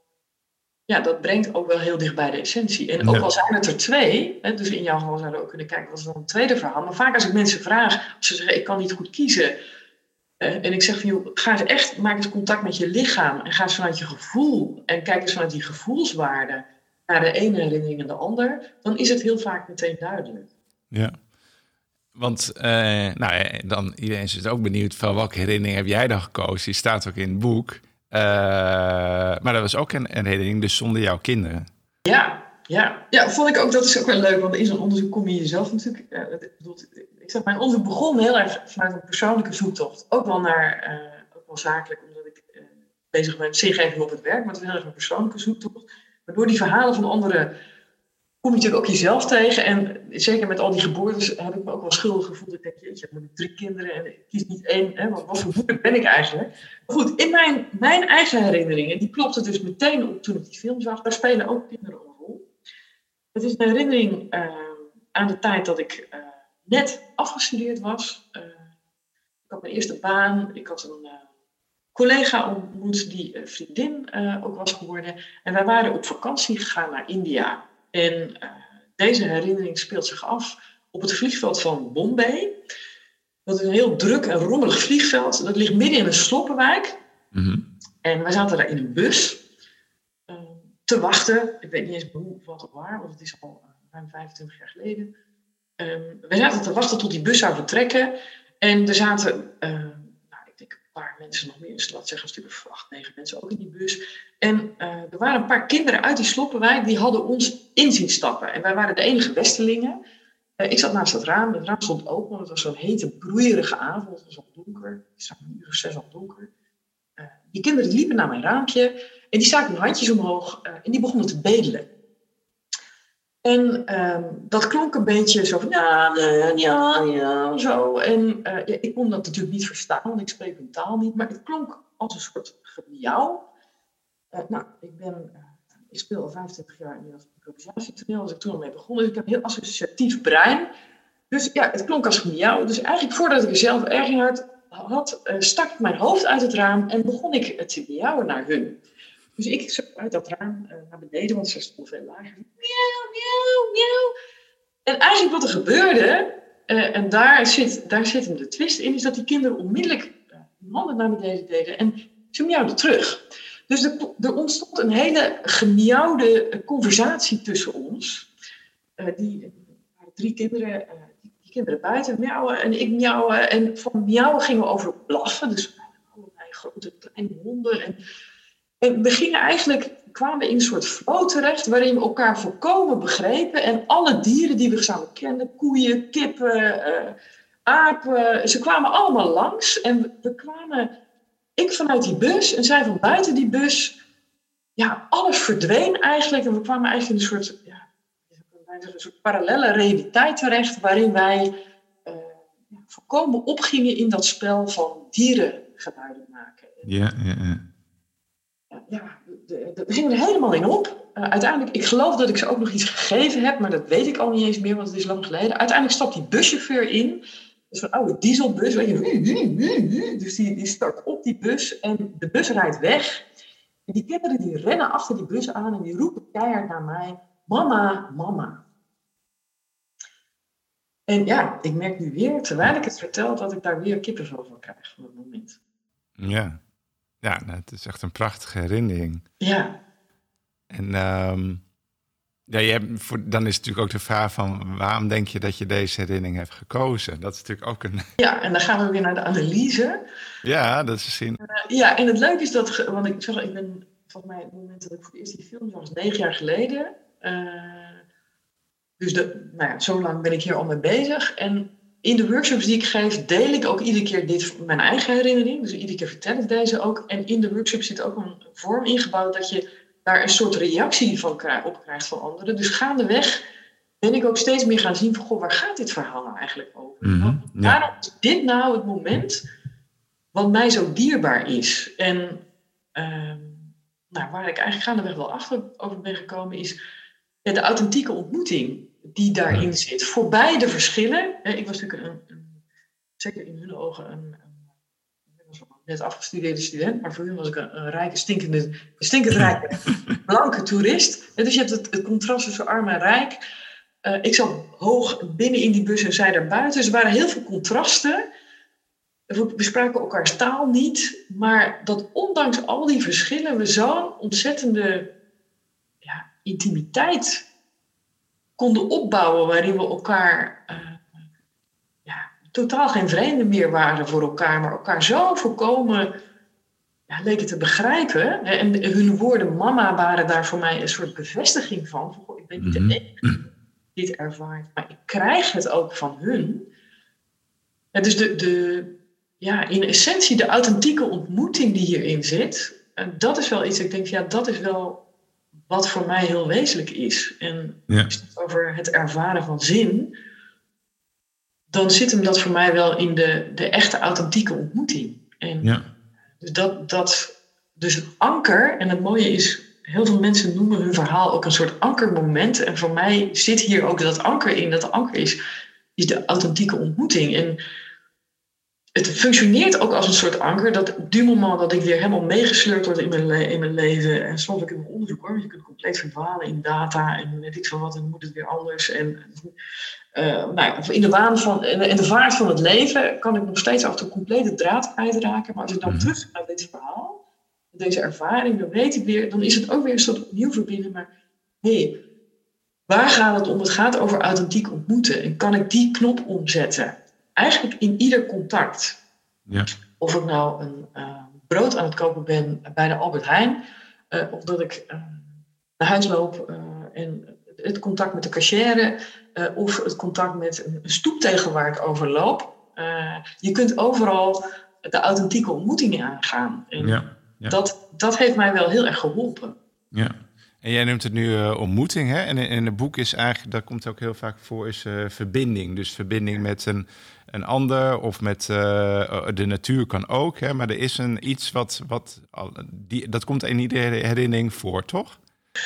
ja, dat brengt ook wel heel dicht bij de essentie. En ook ja. al zijn het er twee, hè, dus in jouw geval zouden we ook kunnen kijken, wat is dan een tweede verhaal. Maar vaak als ik mensen vraag, als ze zeggen, ik kan niet goed kiezen. Uh, en ik zeg van, joh, ga eens echt, maak eens contact met je lichaam. En ga eens vanuit je gevoel. En kijk eens vanuit die gevoelswaarde naar de ene herinnering en de ander. Dan is het heel vaak meteen duidelijk. Ja. Want uh, nou, dan iedereen is ook benieuwd van welke herinnering heb jij dan gekozen? Die staat ook in het boek. Uh, maar dat was ook een, een herinnering, dus zonder jouw kinderen. Ja, ja. Ja, vond ik ook, dat is ook wel leuk. Want in zo'n onderzoek kom je jezelf natuurlijk... Uh, ik, bedoel, ik zeg, mijn onderzoek begon heel erg vanuit een persoonlijke zoektocht. Ook wel naar, uh, ook wel zakelijk, omdat ik uh, bezig ben met zingeving op het werk. Maar het is heel erg een persoonlijke zoektocht. Maar door die verhalen van anderen kom je natuurlijk ook jezelf tegen. En zeker met al die geboortes heb ik me ook wel schuldig gevoeld. Ik denk, jeetje, ik heb drie kinderen en ik kies niet één. Hè, wat, wat voor moeder ben ik eigenlijk? Maar goed, in mijn, mijn eigen herinneringen, die klopte dus meteen op toen ik die film zag. Daar spelen ook kinderen een rol. Het is een herinnering uh, aan de tijd dat ik uh, net afgestudeerd was. Uh, ik had mijn eerste baan. Ik had een uh, collega ontmoet die uh, vriendin uh, ook was geworden. En wij waren op vakantie gegaan naar India. En uh, deze herinnering speelt zich af op het vliegveld van Bombay. Dat is een heel druk en rommelig vliegveld. Dat ligt midden in een sloppenwijk. Mm-hmm. En wij zaten daar in een bus uh, te wachten. Ik weet niet eens hoe of wat of waar, want het is al uh, ruim vijfentwintig jaar geleden. Um, wij zaten te wachten tot die bus zou vertrekken. En er zaten, uh, nou, ik denk, een paar mensen nog meer in de stad, zeggen een stuk of acht, negen mensen ook in die bus. En uh, er waren een paar kinderen uit die Sloppenwijk, die hadden ons in zien stappen. En wij waren de enige Westelingen. Uh, ik zat naast het raam, het raam stond open, want het was zo'n hete, broeierige avond. Het was al donker, het zag een uur of zes al donker. Uh, die kinderen die liepen naar mijn raampje en die staken hun handjes omhoog uh, en die begonnen te bedelen. En um, dat klonk een beetje zo van ja, ja, ja, zo. En uh, ja, ik kon dat natuurlijk niet verstaan, want ik spreek hun taal niet. Maar het klonk als een soort gemiauw. Uh, nou, ik ben, uh, ik speel al vijfentwintig jaar in het improvisatietoneel, als ik toen al mee begon. Dus ik heb een heel associatief brein. Dus ja, het klonk als gemiauw. Dus eigenlijk voordat ik er zelf erg in hard had, uh, stak ik mijn hoofd uit het raam en begon ik te miauwen naar hun. Dus ik zat uit dat raam uh, naar beneden, want ze stond veel lager. Miauw, miauw, miauw. En eigenlijk wat er gebeurde, uh, en daar zit, daar zit hem de twist in, is dat die kinderen onmiddellijk uh, hun handen naar beneden deden en ze miauwden terug. Dus er, er ontstond een hele gemiauwde conversatie tussen ons. Uh, die er waren drie kinderen, uh, die, die kinderen buiten miauwen en ik miauwen. En van miauwen gingen we over blaffen, dus allerlei grote kleine honden. En, En we gingen eigenlijk, kwamen in een soort flow terecht waarin we elkaar volkomen begrepen. En alle dieren die we samen kenden, koeien, kippen, uh, apen, ze kwamen allemaal langs. En we, we kwamen, ik vanuit die bus en zij van buiten die bus. Ja, alles verdween eigenlijk. En we kwamen eigenlijk in een soort, ja, een soort parallelle realiteit terecht waarin wij uh, ja, volkomen opgingen in dat spel van dierengeluiden maken. Ja, ja, ja. Ja, we gingen er helemaal in op. Uh, uiteindelijk, ik geloof dat ik ze ook nog iets gegeven heb, maar dat weet ik al niet eens meer, want het is lang geleden. Uiteindelijk stapt die buschauffeur in. Dus een oude dieselbus, weet je. Dus die, die start op die bus en de bus rijdt weg. En die kinderen die rennen achter die bus aan en die roepen keihard naar mij, mama, mama. En ja, ik merk nu weer, terwijl ik het vertel, dat ik daar weer kippenvel van krijg van het moment. Ja. Ja, nou, het is echt een prachtige herinnering. Ja. En um, ja, je hebt, voor, dan is natuurlijk ook de vraag van waarom denk je dat je deze herinnering hebt gekozen? Dat is natuurlijk ook een... Ja, en dan gaan we weer naar de analyse. Ja, dat is misschien... Uh, ja, en het leuke is dat, want ik zeg, ik ben volgens mij het moment dat ik voor het eerst die film zag, was negen jaar geleden. Uh, dus de, nou ja, zo lang ben ik hier al mee bezig. En in de workshops die ik geef, deel ik ook iedere keer dit, mijn eigen herinnering. Dus iedere keer vertel ik deze ook. En in de workshop zit ook een vorm ingebouwd dat je daar een soort reactie van krijg, op krijgt van anderen. Dus gaandeweg ben ik ook steeds meer gaan zien van, goh, waar gaat dit verhaal nou eigenlijk over? Mm-hmm, ja. Waarom is dit nou het moment wat mij zo dierbaar is? En uh, nou, waar ik eigenlijk gaandeweg wel achter over ben gekomen is ja, de authentieke ontmoeting die daarin zit. Voorbij de verschillen. Ik was natuurlijk een, een zeker in hun ogen een, een, ik was een net afgestudeerde student, maar voor hun was ik een, een rijke, stinkende, stinkend rijke, blanke toerist. Dus je hebt het, het contrast tussen arm en rijk. Uh, ik zat hoog binnen in die bus en zij daarbuiten. Dus er waren heel veel contrasten. We bespraken elkaars taal niet, maar dat ondanks al die verschillen we zo'n ontzettende ja, intimiteit konden opbouwen waarin we elkaar uh, ja, totaal geen vreemden meer waren voor elkaar, maar elkaar zo volkomen ja, leken te begrijpen. En hun woorden mama waren daar voor mij een soort bevestiging van. van goh, ik ben niet de enige die dit ervaart, maar ik krijg het ook van hun. Ja, dus de, de, ja, in essentie de authentieke ontmoeting die hierin zit, en dat is wel iets, ik denk, ja, dat is wel wat voor mij heel wezenlijk is. En ja. als het over het ervaren van zin, dan zit hem dat voor mij wel in de, de echte authentieke ontmoeting. En ja. dus dat, dat, dus het anker, en het mooie is, heel veel mensen noemen hun verhaal ook een soort ankermoment. En voor mij zit hier ook dat anker in. Dat anker is, is de authentieke ontmoeting. En het functioneert ook als een soort anker, dat du moment dat ik weer helemaal meegesleurd word in mijn, le- in mijn leven, en soms ook in mijn onderzoek hoor, want je kunt compleet verdwalen in data en weet ik veel wat, en dan moet het weer anders. En uh, nou ja, in de waan van, in de vaart van het leven kan ik nog steeds af en toe compleet de draad kwijtraken, maar als ik dan mm-hmm. terug ga naar dit verhaal, deze ervaring, dan weet ik weer, dan is het ook weer een soort opnieuw verbinden, maar hé, hey, waar gaat het om? Het gaat over authentiek ontmoeten en kan ik die knop omzetten? Eigenlijk in ieder contact. Ja. Of ik nou een uh, brood aan het kopen ben bij de Albert Heijn. Uh, of dat ik uh, naar huis loop uh, en het contact met de cashier. Uh, of het contact met een stoeptegel waar ik over loop. Uh, je kunt overal de authentieke ontmoetingen aangaan. En ja, ja. Dat, dat heeft mij wel heel erg geholpen. Ja. En jij noemt het nu uh, ontmoeting, hè? En in, in het boek is eigenlijk, dat komt ook heel vaak voor, is uh, verbinding. Dus verbinding met een, een ander of met uh, de natuur kan ook. Hè? Maar er is een iets wat, wat die, dat komt in iedere herinnering voor, toch?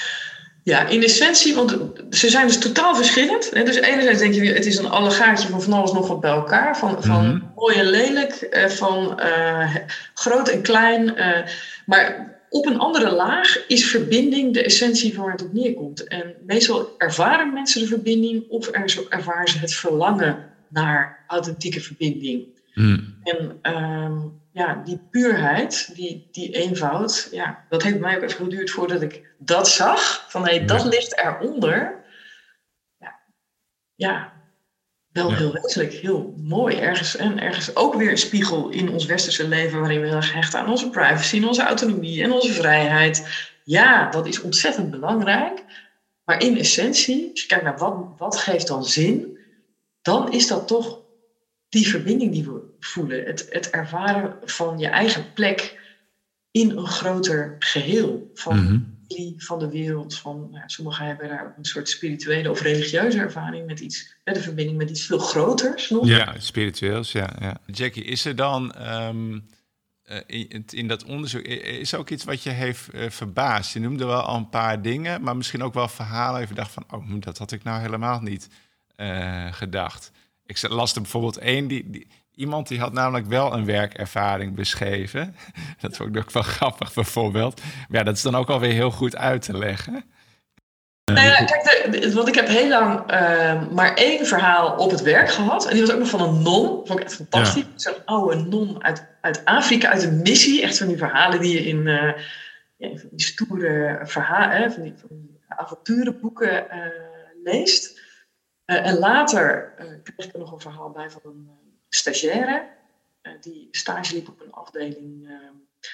Ja, in essentie, want ze zijn dus totaal verschillend. Dus enerzijds denk je, het is een allegaartje van van alles nog wat bij elkaar. Van, van mm-hmm. mooi en lelijk, van uh, groot en klein. Uh, maar op een andere laag is verbinding de essentie van waar het op neerkomt. En meestal ervaren mensen de verbinding of ervaren ze het verlangen naar authentieke verbinding. Mm. En um, ja, die puurheid, die, die eenvoud, ja, dat heeft mij ook even geduurd voordat ik dat zag. Van hé, hey, dat ligt eronder. Ja, ja wel ja. heel wezenlijk, heel mooi. Ergens, en ergens ook weer een spiegel in ons westerse leven waarin we heel erg hechten aan onze privacy en onze autonomie en onze vrijheid. Ja, dat is ontzettend belangrijk. Maar in essentie, als je kijkt naar wat, wat geeft dan zin, dan is dat toch die verbinding die we voelen. Het, het ervaren van je eigen plek in een groter geheel. Van, mm-hmm. van de wereld. Van, nou, sommigen hebben daar ook een soort spirituele of religieuze ervaring met iets. Hè, de verbinding met iets veel groters nog. Ja, spiritueels, ja. ja. Jackie, is er dan um, uh, in, in dat onderzoek, is er ook iets wat je heeft uh, verbaasd? Je noemde wel al een paar dingen, maar misschien ook wel verhalen. Even dacht van, oh, dat had ik nou helemaal niet uh, gedacht. Ik las er bijvoorbeeld één, die, die, iemand die had namelijk wel een werkervaring beschreven. Dat vond ik ook wel grappig bijvoorbeeld. Maar ja, dat is dan ook alweer heel goed uit te leggen. Nou ja, kijk, de, want ik heb heel lang uh, maar één verhaal op het werk gehad. En die was ook nog van een non. Vond ik echt fantastisch. Ja. Zo'n oude non uit, uit Afrika, uit een missie. Echt van die verhalen die je in uh, ja, van die stoere verhalen, van die, van die avonturenboeken uh, leest. Uh, en later uh, kreeg ik er nog een verhaal bij van een uh, stagiaire. Uh, die stage liep op een afdeling uh,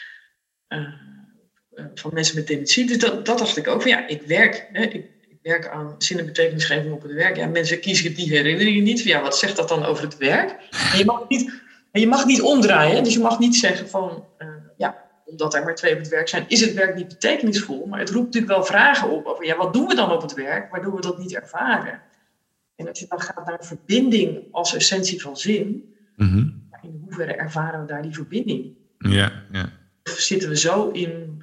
uh, uh, van mensen met dementie. Dus dat, dat dacht ik ook van ja, ik werk, hè, ik, ik werk aan zin en betekenisgeving op het werk. Ja, mensen kiezen die herinneringen niet. Van, ja, wat zegt dat dan over het werk? En je mag niet, en je mag niet omdraaien. Dus je mag niet zeggen van uh, ja, omdat er maar twee op het werk zijn, is het werk niet betekenisvol. Maar het roept natuurlijk wel vragen op over ja, wat doen we dan op het werk, waardoor we dat niet ervaren. En als je dan gaat naar verbinding als essentie van zin, mm-hmm. in hoeverre ervaren we daar die verbinding? Ja, ja. Of zitten we zo in,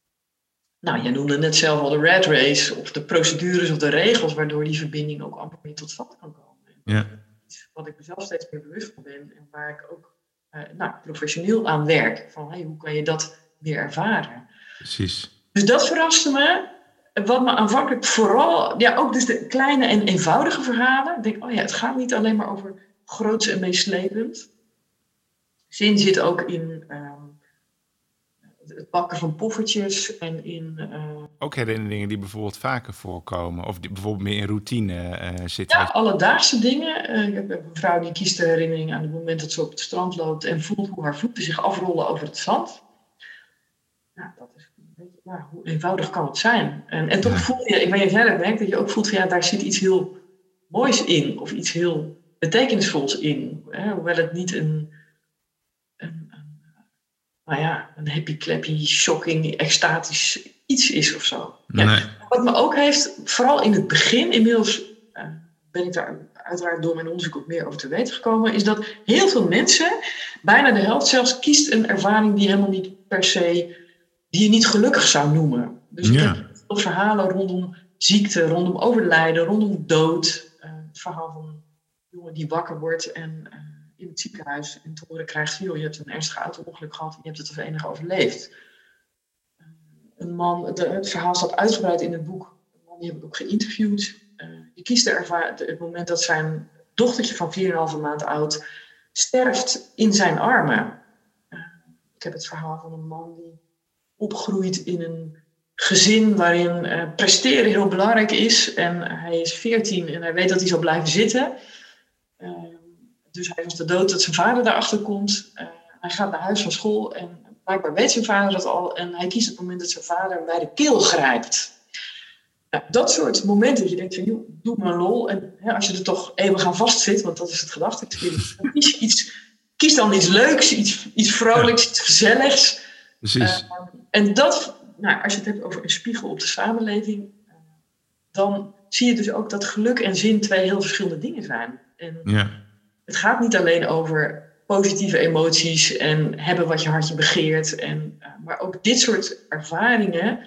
nou, jij noemde net zelf al de rat race, of de procedures of de regels, waardoor die verbinding ook amper meer tot stand kan komen. Ja. Iets wat ik mezelf steeds meer bewust van ben en waar ik ook uh, nou, professioneel aan werk. Van hey, hoe kan je dat weer ervaren? Precies. Dus dat verraste me. Wat me aanvankelijk vooral, ja, ook dus de kleine en eenvoudige verhalen. Ik denk, oh ja, het gaat niet alleen maar over groots en meeslepend. Zin zit ook in um, het bakken van poffertjes en in... Uh, ook herinneringen die bijvoorbeeld vaker voorkomen, of die bijvoorbeeld meer in routine uh, zitten. Ja, alledaagse dingen. Uh, ik heb een vrouw die kiest de herinnering aan het moment dat ze op het strand loopt en voelt hoe haar voeten zich afrollen over het zand. Ja, dat is... Ja, hoe eenvoudig kan het zijn? En, en toch ja. voel je, ik weet niet of jij dat merkt, dat je ook voelt van ja, daar zit iets heel moois in. Of iets heel betekenisvols in. Hè? Hoewel het niet een, een, een, nou ja, een happy clappy, shocking, extatisch iets is of zo. Ja. Nee. Wat me ook heeft, vooral in het begin, inmiddels uh, ben ik daar uiteraard door mijn onderzoek ook meer over te weten gekomen, is dat heel veel mensen, bijna de helft zelfs, kiest een ervaring die helemaal niet per se, die je niet gelukkig zou noemen. Dus ik ja. heb veel verhalen rondom ziekte, rondom overlijden, rondom dood. Uh, het verhaal van een jongen die wakker wordt en uh, in het ziekenhuis en te horen krijgt, joh, je hebt een ernstige auto-ongeluk gehad en je hebt het of enig overleefd. Uh, een man, de, het verhaal staat uitgebreid in het boek. Een man die heb ik ook geïnterviewd. Uh, die kiest de erva- de, het moment dat zijn dochtertje van vier komma vijf maand oud sterft in zijn armen. Uh, ik heb het verhaal van een man die opgroeit in een gezin waarin uh, presteren heel belangrijk is. En hij is veertien en hij weet dat hij zal blijven zitten. Uh, dus hij was de dood dat zijn vader daarachter komt. Uh, hij gaat naar huis van school en blijkbaar weet zijn vader dat al. En hij kiest het moment dat zijn vader hem bij de keel grijpt. Nou, dat soort momenten dat je denkt van, joh, doe maar lol. En hè, als je er toch eeuwig aan vastzit, want dat is het gedachteexperiment, dan kies je iets, kies dan iets leuks, iets, iets vrolijks, ja. iets gezelligs. Precies. Uh, en dat, nou, als je het hebt over een spiegel op de samenleving, uh, dan zie je dus ook dat geluk en zin twee heel verschillende dingen zijn. En ja. Het gaat niet alleen over positieve emoties en hebben wat je hartje begeert. En, uh, maar ook dit soort ervaringen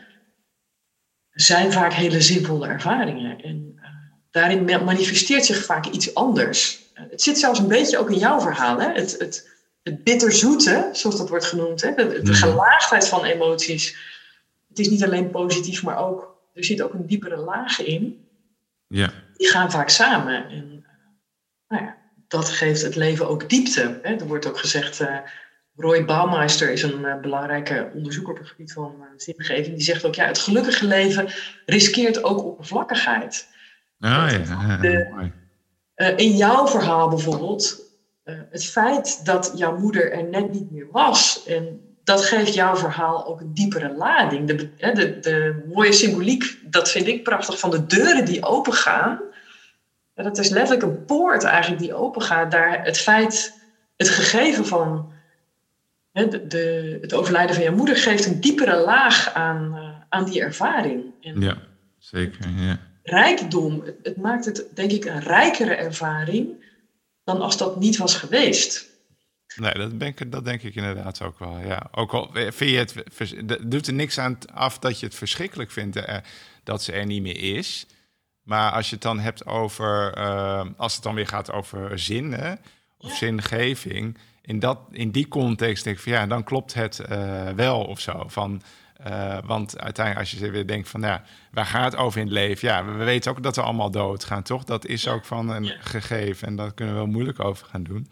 zijn vaak hele simpele ervaringen. En uh, daarin manifesteert zich vaak iets anders. Uh, het zit zelfs een beetje ook in jouw verhaal. Hè? Het, het, het bitterzoete, zoals dat wordt genoemd. Hè? De, de gelaagdheid van emoties. Het is niet alleen positief, maar ook, er zit ook een diepere laag in. Ja. Die gaan vaak samen. En uh, nou ja, dat geeft het leven ook diepte. Hè? Er wordt ook gezegd, uh, Roy Baumeister is een uh, belangrijke onderzoeker op het gebied van uh, zingeving. Die zegt ook, ja, het gelukkige leven riskeert ook oppervlakkigheid. Ah, ja, de, mooi. Uh, in jouw verhaal bijvoorbeeld, uh, het feit dat jouw moeder er net niet meer was, en dat geeft jouw verhaal ook een diepere lading. De, de, de, de mooie symboliek, dat vind ik prachtig, van de deuren die opengaan. Ja, dat is letterlijk een poort eigenlijk die opengaat. Daar het feit, het gegeven van hè, de, de, het overlijden van je moeder geeft een diepere laag aan, uh, aan die ervaring. En ja, zeker. Ja. Rijkdom, het, het maakt het denk ik een rijkere ervaring dan als dat niet was geweest. Nee, dat denk, ik, dat denk ik inderdaad ook wel. Ja. Ook al vind je het, het doet er niks aan af dat je het verschrikkelijk vindt uh, dat ze er niet meer is. Maar als je het dan hebt over, uh, als het dan weer gaat over zinnen of ja. zingeving, in, dat, in die context denk ik van ja, dan klopt het uh, wel of zo. Van, uh, want uiteindelijk als je weer denkt van ja, waar gaat het over in het leven? Ja, we, we weten ook dat we allemaal doodgaan, toch? Dat is ook van een ja. gegeven en daar kunnen we wel moeilijk over gaan doen.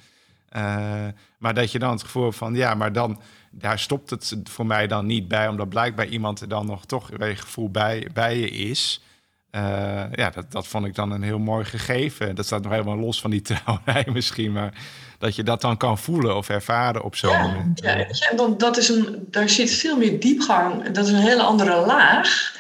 Uh, maar dat je dan het gevoel van ja, maar dan daar stopt het voor mij dan niet bij, omdat blijkbaar iemand er dan nog toch weer gevoel bij, bij je is. Uh, ja, dat, dat vond ik dan een heel mooi gegeven. Dat staat nog helemaal los van die trouwerij misschien, maar dat je dat dan kan voelen of ervaren op zo'n ja, moment. Ja, ja dan, dat is een, daar zit veel meer diepgang. Dat is een hele andere laag.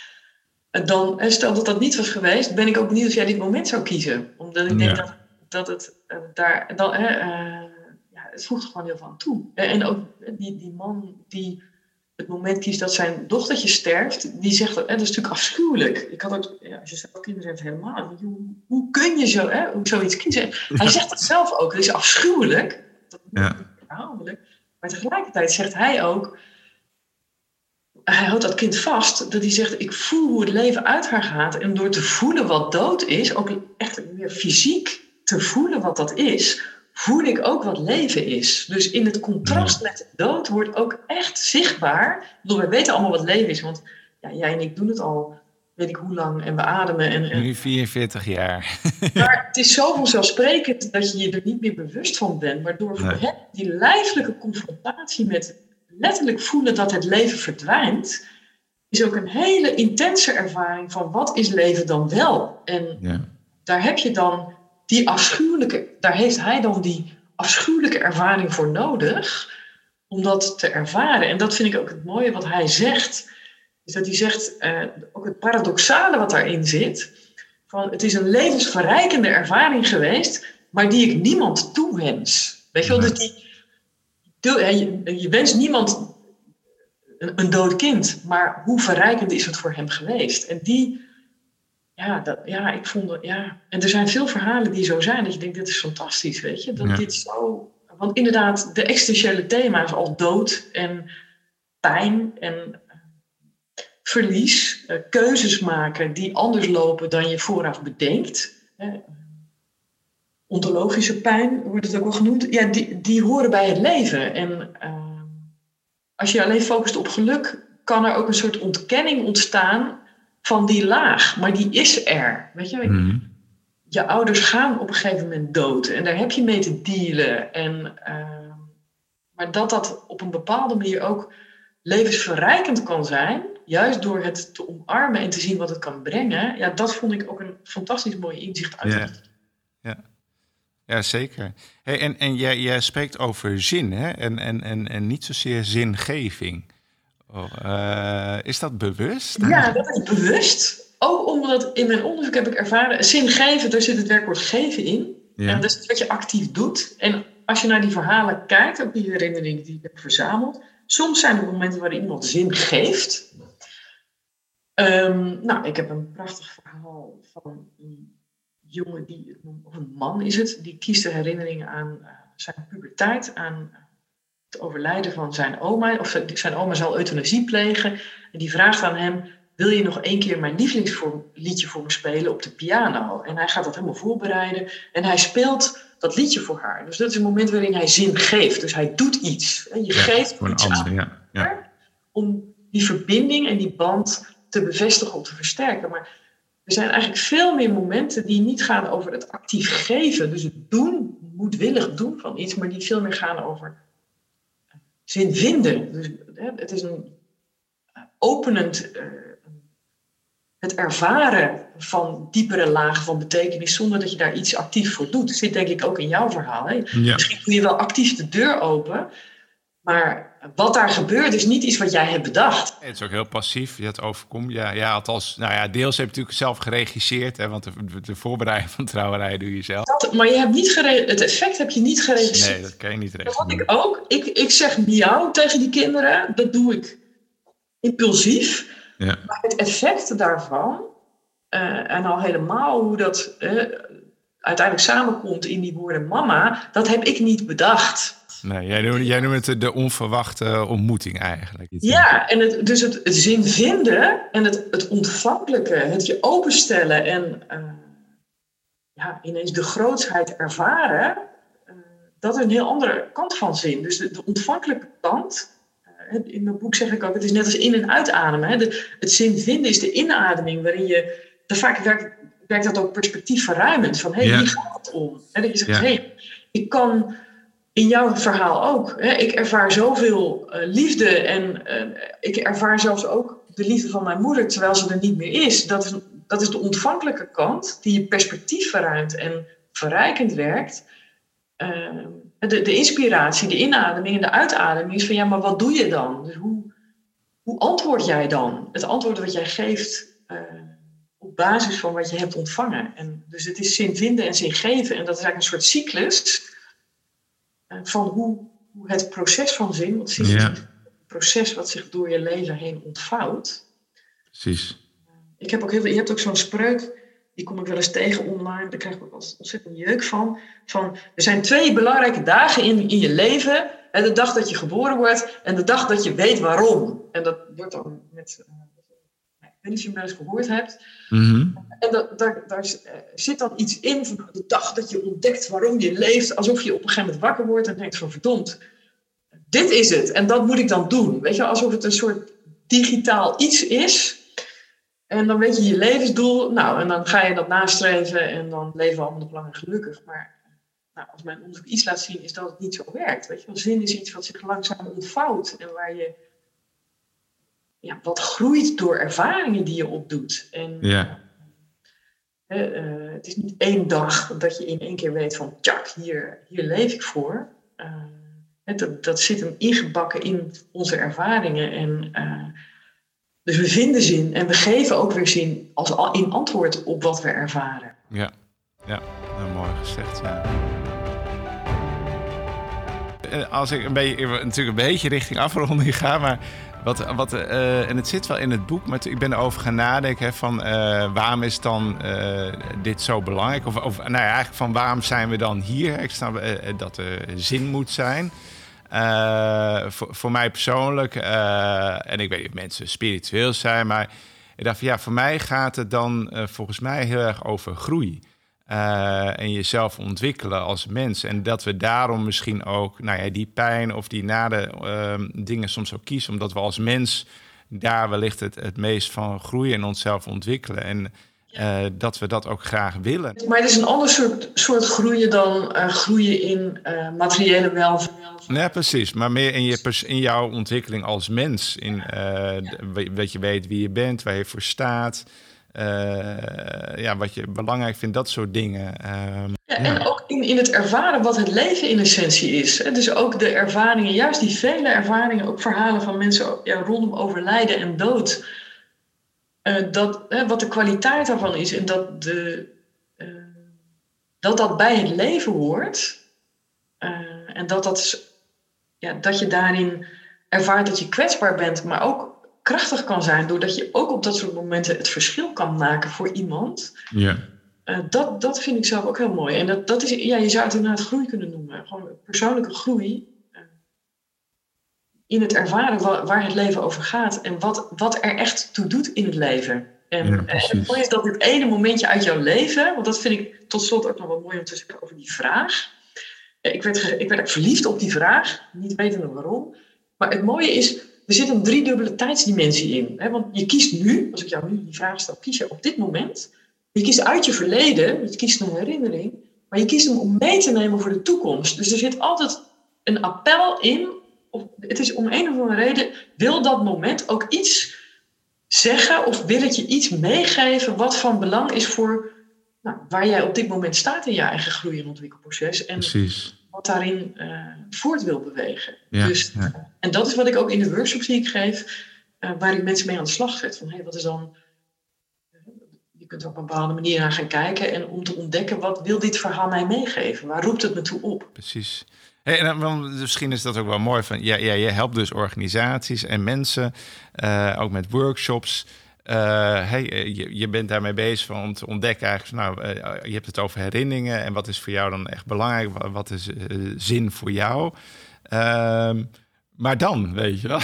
Dan, stel dat dat niet was geweest, ben ik ook benieuwd of jij dit moment zou kiezen. Omdat ik denk ja. dat, dat het uh, daar... Dan, uh, uh, ja, het voegt er gewoon heel veel aan toe. En ook die, die man die het moment kiest dat zijn dochtertje sterft, die zegt dat, hè, dat is natuurlijk afschuwelijk. Ik had ook, ja, als je zelf kinderen hebt, helemaal. Hoe, hoe kun je zo, hè, hoe zoiets kiezen? Hij zegt het zelf ook, het is afschuwelijk. Dat is ja. herhaaldelijk. Maar tegelijkertijd zegt hij ook, hij houdt dat kind vast, dat hij zegt, ik voel hoe het leven uit haar gaat. En door te voelen wat dood is, ook echt weer fysiek te voelen wat dat is, voel ik ook wat leven is. Dus in het contrast met de dood wordt ook echt zichtbaar. Bedoel, we weten allemaal wat leven is, want ja, jij en ik doen het al, weet ik hoe lang, en we ademen. En, en... Nu vierenveertig jaar. Maar het is zo vanzelfsprekend dat je je er niet meer bewust van bent, waardoor voor nee. hen die lijfelijke confrontatie met letterlijk voelen dat het leven verdwijnt, is ook een hele intense ervaring van wat is leven dan wel. En ja. daar heb je dan die afschuwelijke, daar heeft hij dan die afschuwelijke ervaring voor nodig om dat te ervaren. En dat vind ik ook het mooie wat hij zegt. Is dat hij zegt, uh, ook het paradoxale wat daarin zit, van het is een levensverrijkende ervaring geweest, maar die ik niemand toewens. Weet je wel, dus die, je, je wenst niemand een, een dood kind, maar hoe verrijkend is het voor hem geweest? En die Ja, dat, ja, ik vond het, ja. En er zijn veel verhalen die zo zijn, dat je denkt, dit is fantastisch, weet je. Dat ja. dit zo, want inderdaad, de existentiële thema's als dood en pijn en verlies, uh, keuzes maken die anders lopen dan je vooraf bedenkt. Uh, ontologische pijn wordt het ook wel genoemd. Ja, die, die horen bij het leven. En uh, als je alleen focust op geluk, kan er ook een soort ontkenning ontstaan van die laag, maar die is er. Weet je, mm-hmm. je ouders gaan op een gegeven moment dood en daar heb je mee te dealen. En, uh, maar dat dat op een bepaalde manier ook levensverrijkend kan zijn, juist door het te omarmen en te zien wat het kan brengen, ja, dat vond ik ook een fantastisch mooi inzicht uit. Ja. ja. Ja, zeker. Hey, en en jij, jij spreekt over zin, hè? En, en, en, en niet zozeer zingeving. Oh, uh, is dat bewust? Ja, dat is bewust. Ook omdat in mijn onderzoek heb ik ervaren, zin geven, daar zit het werkwoord geven in. Ja. En dat is wat je actief doet. En als je naar die verhalen kijkt, ook die herinneringen die ik heb verzameld, soms zijn er momenten waarin iemand zin geeft. Um, nou, ik heb een prachtig verhaal van een jongen, die, of een man is het, die kiest de herinneringen aan uh, zijn puberteit, aan het overlijden van zijn oma. Of zijn oma zal euthanasie plegen. En die vraagt aan hem, wil je nog één keer mijn lievelingsliedje voor me spelen op de piano? En hij gaat dat helemaal voorbereiden. En hij speelt dat liedje voor haar. Dus dat is een moment waarin hij zin geeft. Dus hij doet iets. Je ja, geeft voor een iets ander, aan ja. Ja. Om die verbinding en die band te bevestigen of te versterken. Maar er zijn eigenlijk veel meer momenten die niet gaan over het actief geven. Dus het doen, moedwillig doen van iets. Maar die veel meer gaan over zin vinden. Dus, hè, het is een openend... Uh, het ervaren van diepere lagen van betekenis zonder dat je daar iets actief voor doet. Dat zit denk ik ook in jouw verhaal. Hè? Ja. Misschien doe je wel actief de deur open, maar wat daar gebeurt is niet iets wat jij hebt bedacht. Het is ook heel passief, je het overkomt. Ja, ja, althans, nou ja, deels heb je natuurlijk zelf geregisseerd, hè, want de, de voorbereiding van trouwerij doe je zelf. Dat, maar je hebt niet gere- het effect heb je niet geregisseerd. Nee, dat kan je niet regisseren. Dat had ik ook. Ik, ik zeg miauw tegen die kinderen, dat doe ik impulsief. Ja. Maar het effect daarvan, uh, en al helemaal hoe dat uh, uiteindelijk samenkomt in die woorden mama, dat heb ik niet bedacht. Nee, jij noemt, jij noemt het de onverwachte ontmoeting eigenlijk. Ja, en het, dus het, het zin vinden en het, het ontvankelijke, het je openstellen en uh, ja, ineens de grootsheid ervaren, uh, dat is een heel andere kant van zin. Dus de, de ontvankelijke kant... In mijn boek zeg ik ook, het is net als in- en uitademen. Hè. De, het zin vinden is de inademing, waarin je... De, vaak werkt, werkt dat ook perspectiefverruimend. Van, hé, hey, ja. Hier gaat het om. Hè, dat je zegt, hé, ja. hey, ik kan... In jouw verhaal ook. Hè, ik ervaar zoveel uh, liefde. En uh, ik ervaar zelfs ook de liefde van mijn moeder, terwijl ze er niet meer is. Dat is, dat is de ontvankelijke kant, die je perspectief verruimt en verrijkend werkt... Uh, de, de inspiratie, de inademing en de uitademing is van ja, maar wat doe je dan? Dus hoe, hoe antwoord jij dan? Het antwoord wat jij geeft uh, op basis van wat je hebt ontvangen. En dus het is zin vinden en zin geven. En dat is eigenlijk een soort cyclus uh, van hoe, hoe het proces van zin, want zin ja. is een proces wat zich door je leven heen ontvouwt. Precies. Uh, ik heb ook heel veel, je hebt ook zo'n spreuk. Die kom ik wel eens tegen online. Daar krijg ik ook ontzettend jeuk van. van. Er zijn twee belangrijke dagen in, in je leven. Hè, de dag dat je geboren wordt en de dag dat je weet waarom. En dat wordt dan met... Uh, ik weet niet of je hem wel eens gehoord hebt. Mm-hmm. En dat, daar, daar zit dan iets in van de dag dat je ontdekt waarom je leeft. Alsof je op een gegeven moment wakker wordt en denkt van verdomd. Dit is het en dat moet ik dan doen. Weet je, alsof het een soort digitaal iets is... En dan weet je je levensdoel. Nou, en dan ga je dat nastreven. En dan leven we allemaal nog lang en gelukkig. Maar nou, als mijn onderzoek iets laat zien, is dat het niet zo werkt. Weet je wel, zin is iets wat zich langzaam ontvouwt. En waar je ja, wat groeit door ervaringen die je opdoet. En ja. uh, uh, het is niet één dag dat je in één keer weet van... Tjak, hier, hier leef ik voor. Uh, dat, dat zit hem ingebakken in onze ervaringen. En... Uh, Dus we vinden zin en we geven ook weer zin als in antwoord op wat we ervaren. Ja, ja, nou, mooi gezegd, ja. Als ik een beetje, natuurlijk een beetje richting afronding ga, maar wat, wat uh, en het zit wel in het boek, maar ik ben erover gaan nadenken hè, van uh, waarom is dan uh, dit zo belangrijk? Of, of nou ja, eigenlijk van waarom zijn we dan hier? Ik snap uh, dat er zin moet zijn. Uh, voor, voor mij persoonlijk, uh, en ik weet niet of mensen spiritueel zijn, maar ik dacht van ja, voor mij gaat het dan uh, volgens mij heel erg over groei. Uh, en jezelf ontwikkelen als mens. En dat we daarom misschien ook nou ja, die pijn of die nare uh, dingen soms ook kiezen, omdat we als mens daar wellicht het, het meest van groeien en onszelf ontwikkelen. En Uh, dat we dat ook graag willen. Maar het is een ander soort, soort groeien dan uh, groeien in uh, materiële welvaart. Ja, precies. Maar meer in, je pers- in jouw ontwikkeling als mens. In uh, ja. dat je weet wie je bent, waar je voor staat. Uh, ja, wat je belangrijk vindt, dat soort dingen. Um... Ja, Ja, en ook in, in het ervaren wat het leven in essentie is. Hè? Dus ook de ervaringen, juist die vele ervaringen, ook verhalen van mensen ja, rondom overlijden en dood. Uh, dat, hè, wat de kwaliteit daarvan is en dat, de, uh, dat dat bij het leven hoort. Uh, en dat, dat, ja, dat je daarin ervaart dat je kwetsbaar bent, maar ook krachtig kan zijn. Doordat je ook op dat soort momenten het verschil kan maken voor iemand. Ja. Uh, dat, dat vind ik zelf ook heel mooi. En dat, dat is, ja, je zou het inderdaad groei kunnen noemen. Gewoon persoonlijke groei. Uh, in het ervaren waar, waar het leven over gaat. En wat, wat er echt toe doet in het leven. En, ja, en het mooie is dat dit ene momentje uit jouw leven. Want dat vind ik tot slot ook nog wel mooi om te zeggen over die vraag. Uh, ik, werd, ik werd verliefd op die vraag. Niet wetende waarom. Maar het mooie is, er zit een driedubbele tijdsdimensie in. Hè? Want je kiest nu, als ik jou nu die vraag stel, kies je op dit moment. Je kiest uit je verleden, je kiest een herinnering, maar je kiest hem om mee te nemen voor de toekomst. Dus er zit altijd een appel in, of het is om een of andere reden, wil dat moment ook iets zeggen of wil het je iets meegeven wat van belang is voor nou, waar jij op dit moment staat in je eigen groei- en ontwikkelproces. En precies. Wat daarin uh, voort wil bewegen. Ja, dus, ja. En dat is wat ik ook in de workshops die ik geef, uh, waar ik mensen mee aan de slag zet. Van, hey, wat is dan... Je kunt er op een bepaalde manier naar gaan kijken en om te ontdekken, wat wil dit verhaal mij meegeven? Waar roept het me toe op? Precies. Hey, en dan, misschien is dat ook wel mooi. Van, ja, ja, je helpt dus organisaties en mensen, uh, ook met workshops. Uh, hey, je, je bent daarmee bezig om te ontdekken eigenlijk, nou, uh, je hebt het over herinneringen en wat is voor jou dan echt belangrijk? Wat, wat is uh, zin voor jou? Uh, maar dan, weet je wel...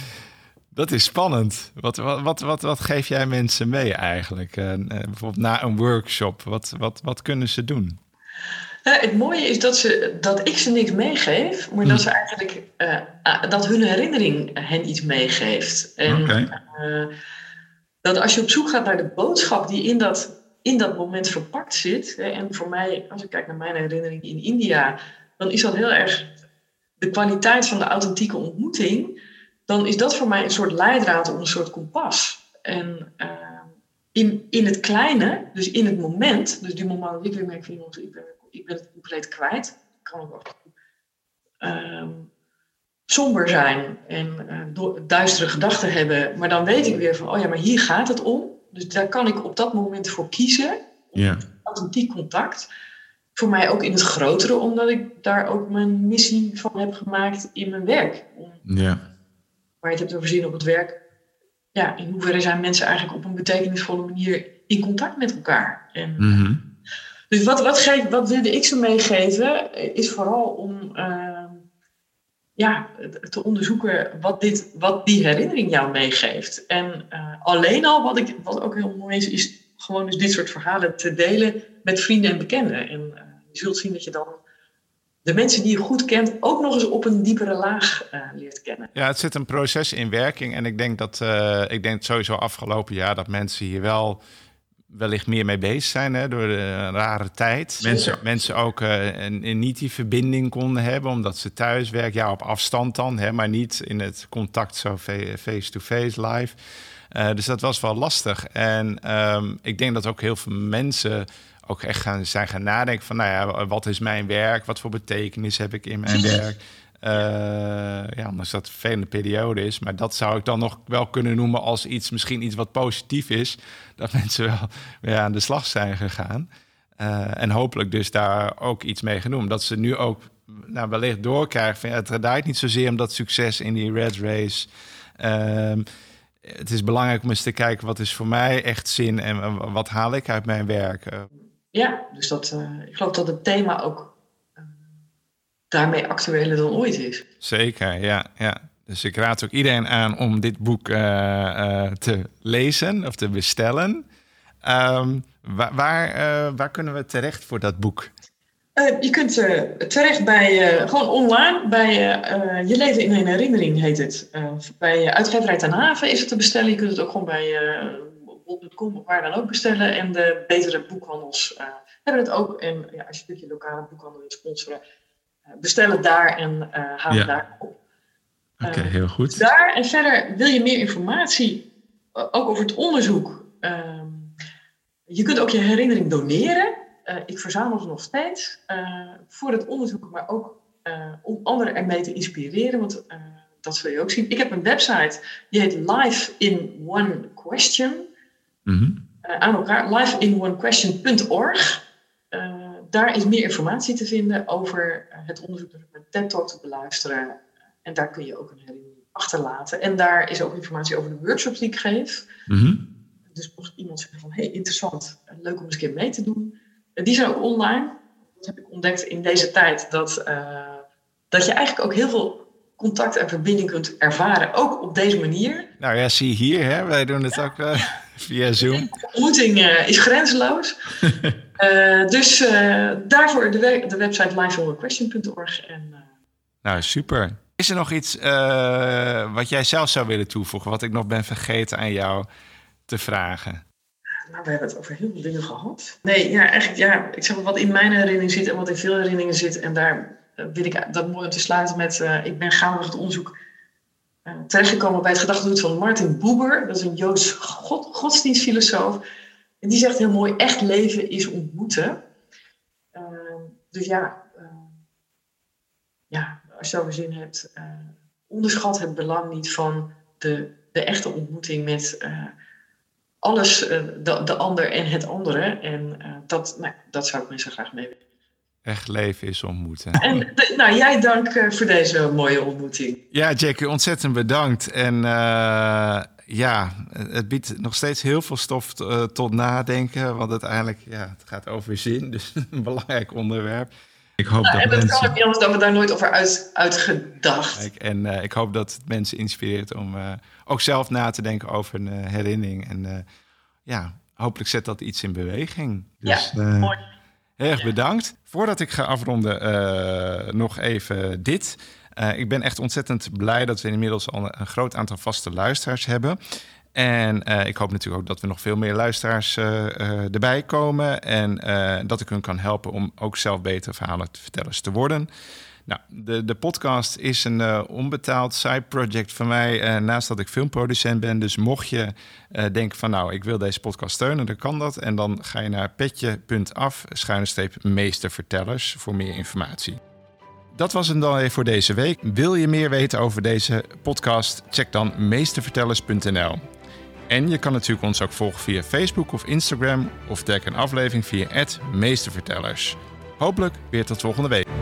Dat is spannend. Wat, wat, wat, wat, wat geef jij mensen mee eigenlijk? Uh, bijvoorbeeld na een workshop. Wat, wat, wat kunnen ze doen? Ja, het mooie is dat, ze, dat ik ze niks meegeef, maar mm. dat ze eigenlijk uh, dat hun herinnering hen iets meegeeft. En okay. uh, dat als je op zoek gaat naar de boodschap die in dat, in dat moment verpakt zit. Hè, en voor mij, als ik kijk naar mijn herinnering in India, dan is dat heel erg de kwaliteit van de authentieke ontmoeting. Dan is dat voor mij een soort leidraad of een soort kompas. En uh, in, in het kleine, dus in het moment, dus die moment dat ik weer merk van jongens, ik ben, ik ben het compleet kwijt. Ik kan ook uh, somber zijn en uh, do- duistere gedachten hebben. Maar dan weet ik weer van, oh ja, maar hier gaat het om. Dus daar kan ik op dat moment voor kiezen. Ja. Authentiek contact. Voor mij ook in het grotere, omdat ik daar ook mijn missie van heb gemaakt in mijn werk. Om, ja. Waar je het hebt over zin op het werk. Ja, in hoeverre zijn mensen eigenlijk op een betekenisvolle manier in contact met elkaar? En, mm-hmm. Dus wat, wat, geef, wat wilde ik ze meegeven, is vooral om uh, ja, te onderzoeken wat, dit, wat die herinnering jou meegeeft. En uh, alleen al, wat, ik, wat ook heel mooi is, is gewoon dus dit soort verhalen te delen met vrienden en bekenden. En uh, je zult zien dat je dan de mensen die je goed kent ook nog eens op een diepere laag uh, leert kennen. Ja, het zit een proces in werking. En ik denk dat uh, ik denk sowieso afgelopen jaar dat mensen hier wel wellicht meer mee bezig zijn, hè, door de rare tijd. Mensen, mensen ook uh, een, een, niet die verbinding konden hebben, omdat ze thuis werken. Ja, op afstand dan, hè, maar niet in het contact zo face-to-face live. Uh, dus dat was wel lastig. En um, ik denk dat ook heel veel mensen ook echt gaan, zijn gaan nadenken van, nou ja, wat is mijn werk? Wat voor betekenis heb ik in mijn werk? Uh, ja, ondanks dat het een vervelende periode is. Maar dat zou ik dan nog wel kunnen noemen als iets, misschien iets wat positief is. Dat mensen wel weer aan de slag zijn gegaan. Uh, en hopelijk dus daar ook iets mee genoemd. Dat ze nu ook nou, wellicht doorkrijgen van, ja, het draait niet zozeer om dat succes in die red race. Uh, het is belangrijk om eens te kijken, wat is voor mij echt zin en wat haal ik uit mijn werk? Ja, dus dat, uh, ik geloof dat het thema ook uh, daarmee actueler dan ooit is. Zeker, ja, ja. Dus ik raad ook iedereen aan om dit boek uh, uh, te lezen of te bestellen. Um, waar, waar, uh, waar kunnen we terecht voor dat boek? Uh, je kunt uh, terecht bij, uh, gewoon online, bij uh, Je leven in een herinnering heet het. Uh, bij uitgeverij Ten Haven is het te bestellen. Je kunt het ook gewoon bij uh, bol punt com of waar dan ook bestellen. En de betere boekhandels uh, hebben het ook. En ja, als je natuurlijk je lokale boekhandel wilt sponsoren, uh, bestel het daar en uh, haal ja. het daar op. Oké, okay, heel goed. Dus daar en verder wil je meer informatie, uh, ook over het onderzoek. Uh, je kunt ook je herinnering doneren. Uh, ik verzamel ze nog steeds uh, voor het onderzoek, maar ook uh, om anderen ermee te inspireren. Want uh, dat zul je ook zien. Ik heb een website, die heet Life in One Question. Mm-hmm. Uh, aan elkaar, life in one question punt org. Uh, daar is meer informatie te vinden over uh, het onderzoek dat ik met TED Talk te beluisteren. Uh, en daar kun je ook een herinnering achterlaten. En daar is ook informatie over de workshops die ik geef. Mm-hmm. Dus mocht iemand zeggen van, hey, interessant, leuk om eens een keer mee te doen. Uh, die zijn ook online. Dat heb ik ontdekt in deze tijd, dat, uh, dat je eigenlijk ook heel veel contact en verbinding kunt ervaren, ook op deze manier. Nou ja, zie hier, hè? Wij doen het ja. ook uh, via Zoom. De ontmoeting uh, is grenzeloos. uh, dus uh, daarvoor de, we- de website life in one question punt org. En, uh... Nou, super. Is er nog iets uh, wat jij zelf zou willen toevoegen, wat ik nog ben vergeten aan jou te vragen? Nou, we hebben het over heel veel dingen gehad. Nee, ja, eigenlijk, ja, ik zeg wat in mijn herinnering zit en wat in veel herinneringen zit. En daar wil ik dat mooi om te sluiten met, uh, ik ben gaandeweg het onderzoek uh, terechtgekomen bij het gedachtegoed van Martin Buber. Dat is een Joods god, godsdienstfilosoof. En die zegt heel mooi, echt leven is ontmoeten. Uh, dus ja, uh, ja, als je over zin hebt, uh, onderschat het belang niet van de, de echte ontmoeting met uh, alles, uh, de, de ander en het andere. En uh, dat, nou, dat zou ik mensen graag meegeven. Echt leven is ontmoeten. En de, nou, jij dank uh, voor deze mooie ontmoeting. Ja, Jackie, ontzettend bedankt. En uh, ja, het biedt nog steeds heel veel stof t- uh, tot nadenken. Want uiteindelijk, ja, het gaat over zin. Dus een belangrijk onderwerp. Ik hoop nou, dat en dat mensen... kan ook niet anders dat we daar nooit over uit, uitgedacht. Kijk, en uh, ik hoop dat het mensen inspireert om uh, ook zelf na te denken over een uh, herinnering. En uh, ja, hopelijk zet dat iets in beweging. Dus, ja, uh, mooi. Heel erg bedankt. Voordat ik ga afronden, uh, nog even dit. Uh, ik ben echt ontzettend blij dat we inmiddels al een groot aantal vaste luisteraars hebben. En uh, ik hoop natuurlijk ook dat we nog veel meer luisteraars uh, uh, erbij komen. En uh, dat ik hun kan helpen om ook zelf betere verhalen te vertellen te worden. Nou, de, de podcast is een uh, onbetaald side project van mij, uh, naast dat ik filmproducent ben. Dus mocht je uh, denken van nou, ik wil deze podcast steunen, dan kan dat. En dan ga je naar petje.af, schuine streep meestervertellers voor meer informatie. Dat was het dan even voor deze week. Wil je meer weten over deze podcast? Check dan meestervertellers punt n l. En je kan natuurlijk ons ook volgen via Facebook of Instagram of tag een aflevering via at meestervertellers. Hopelijk weer tot volgende week.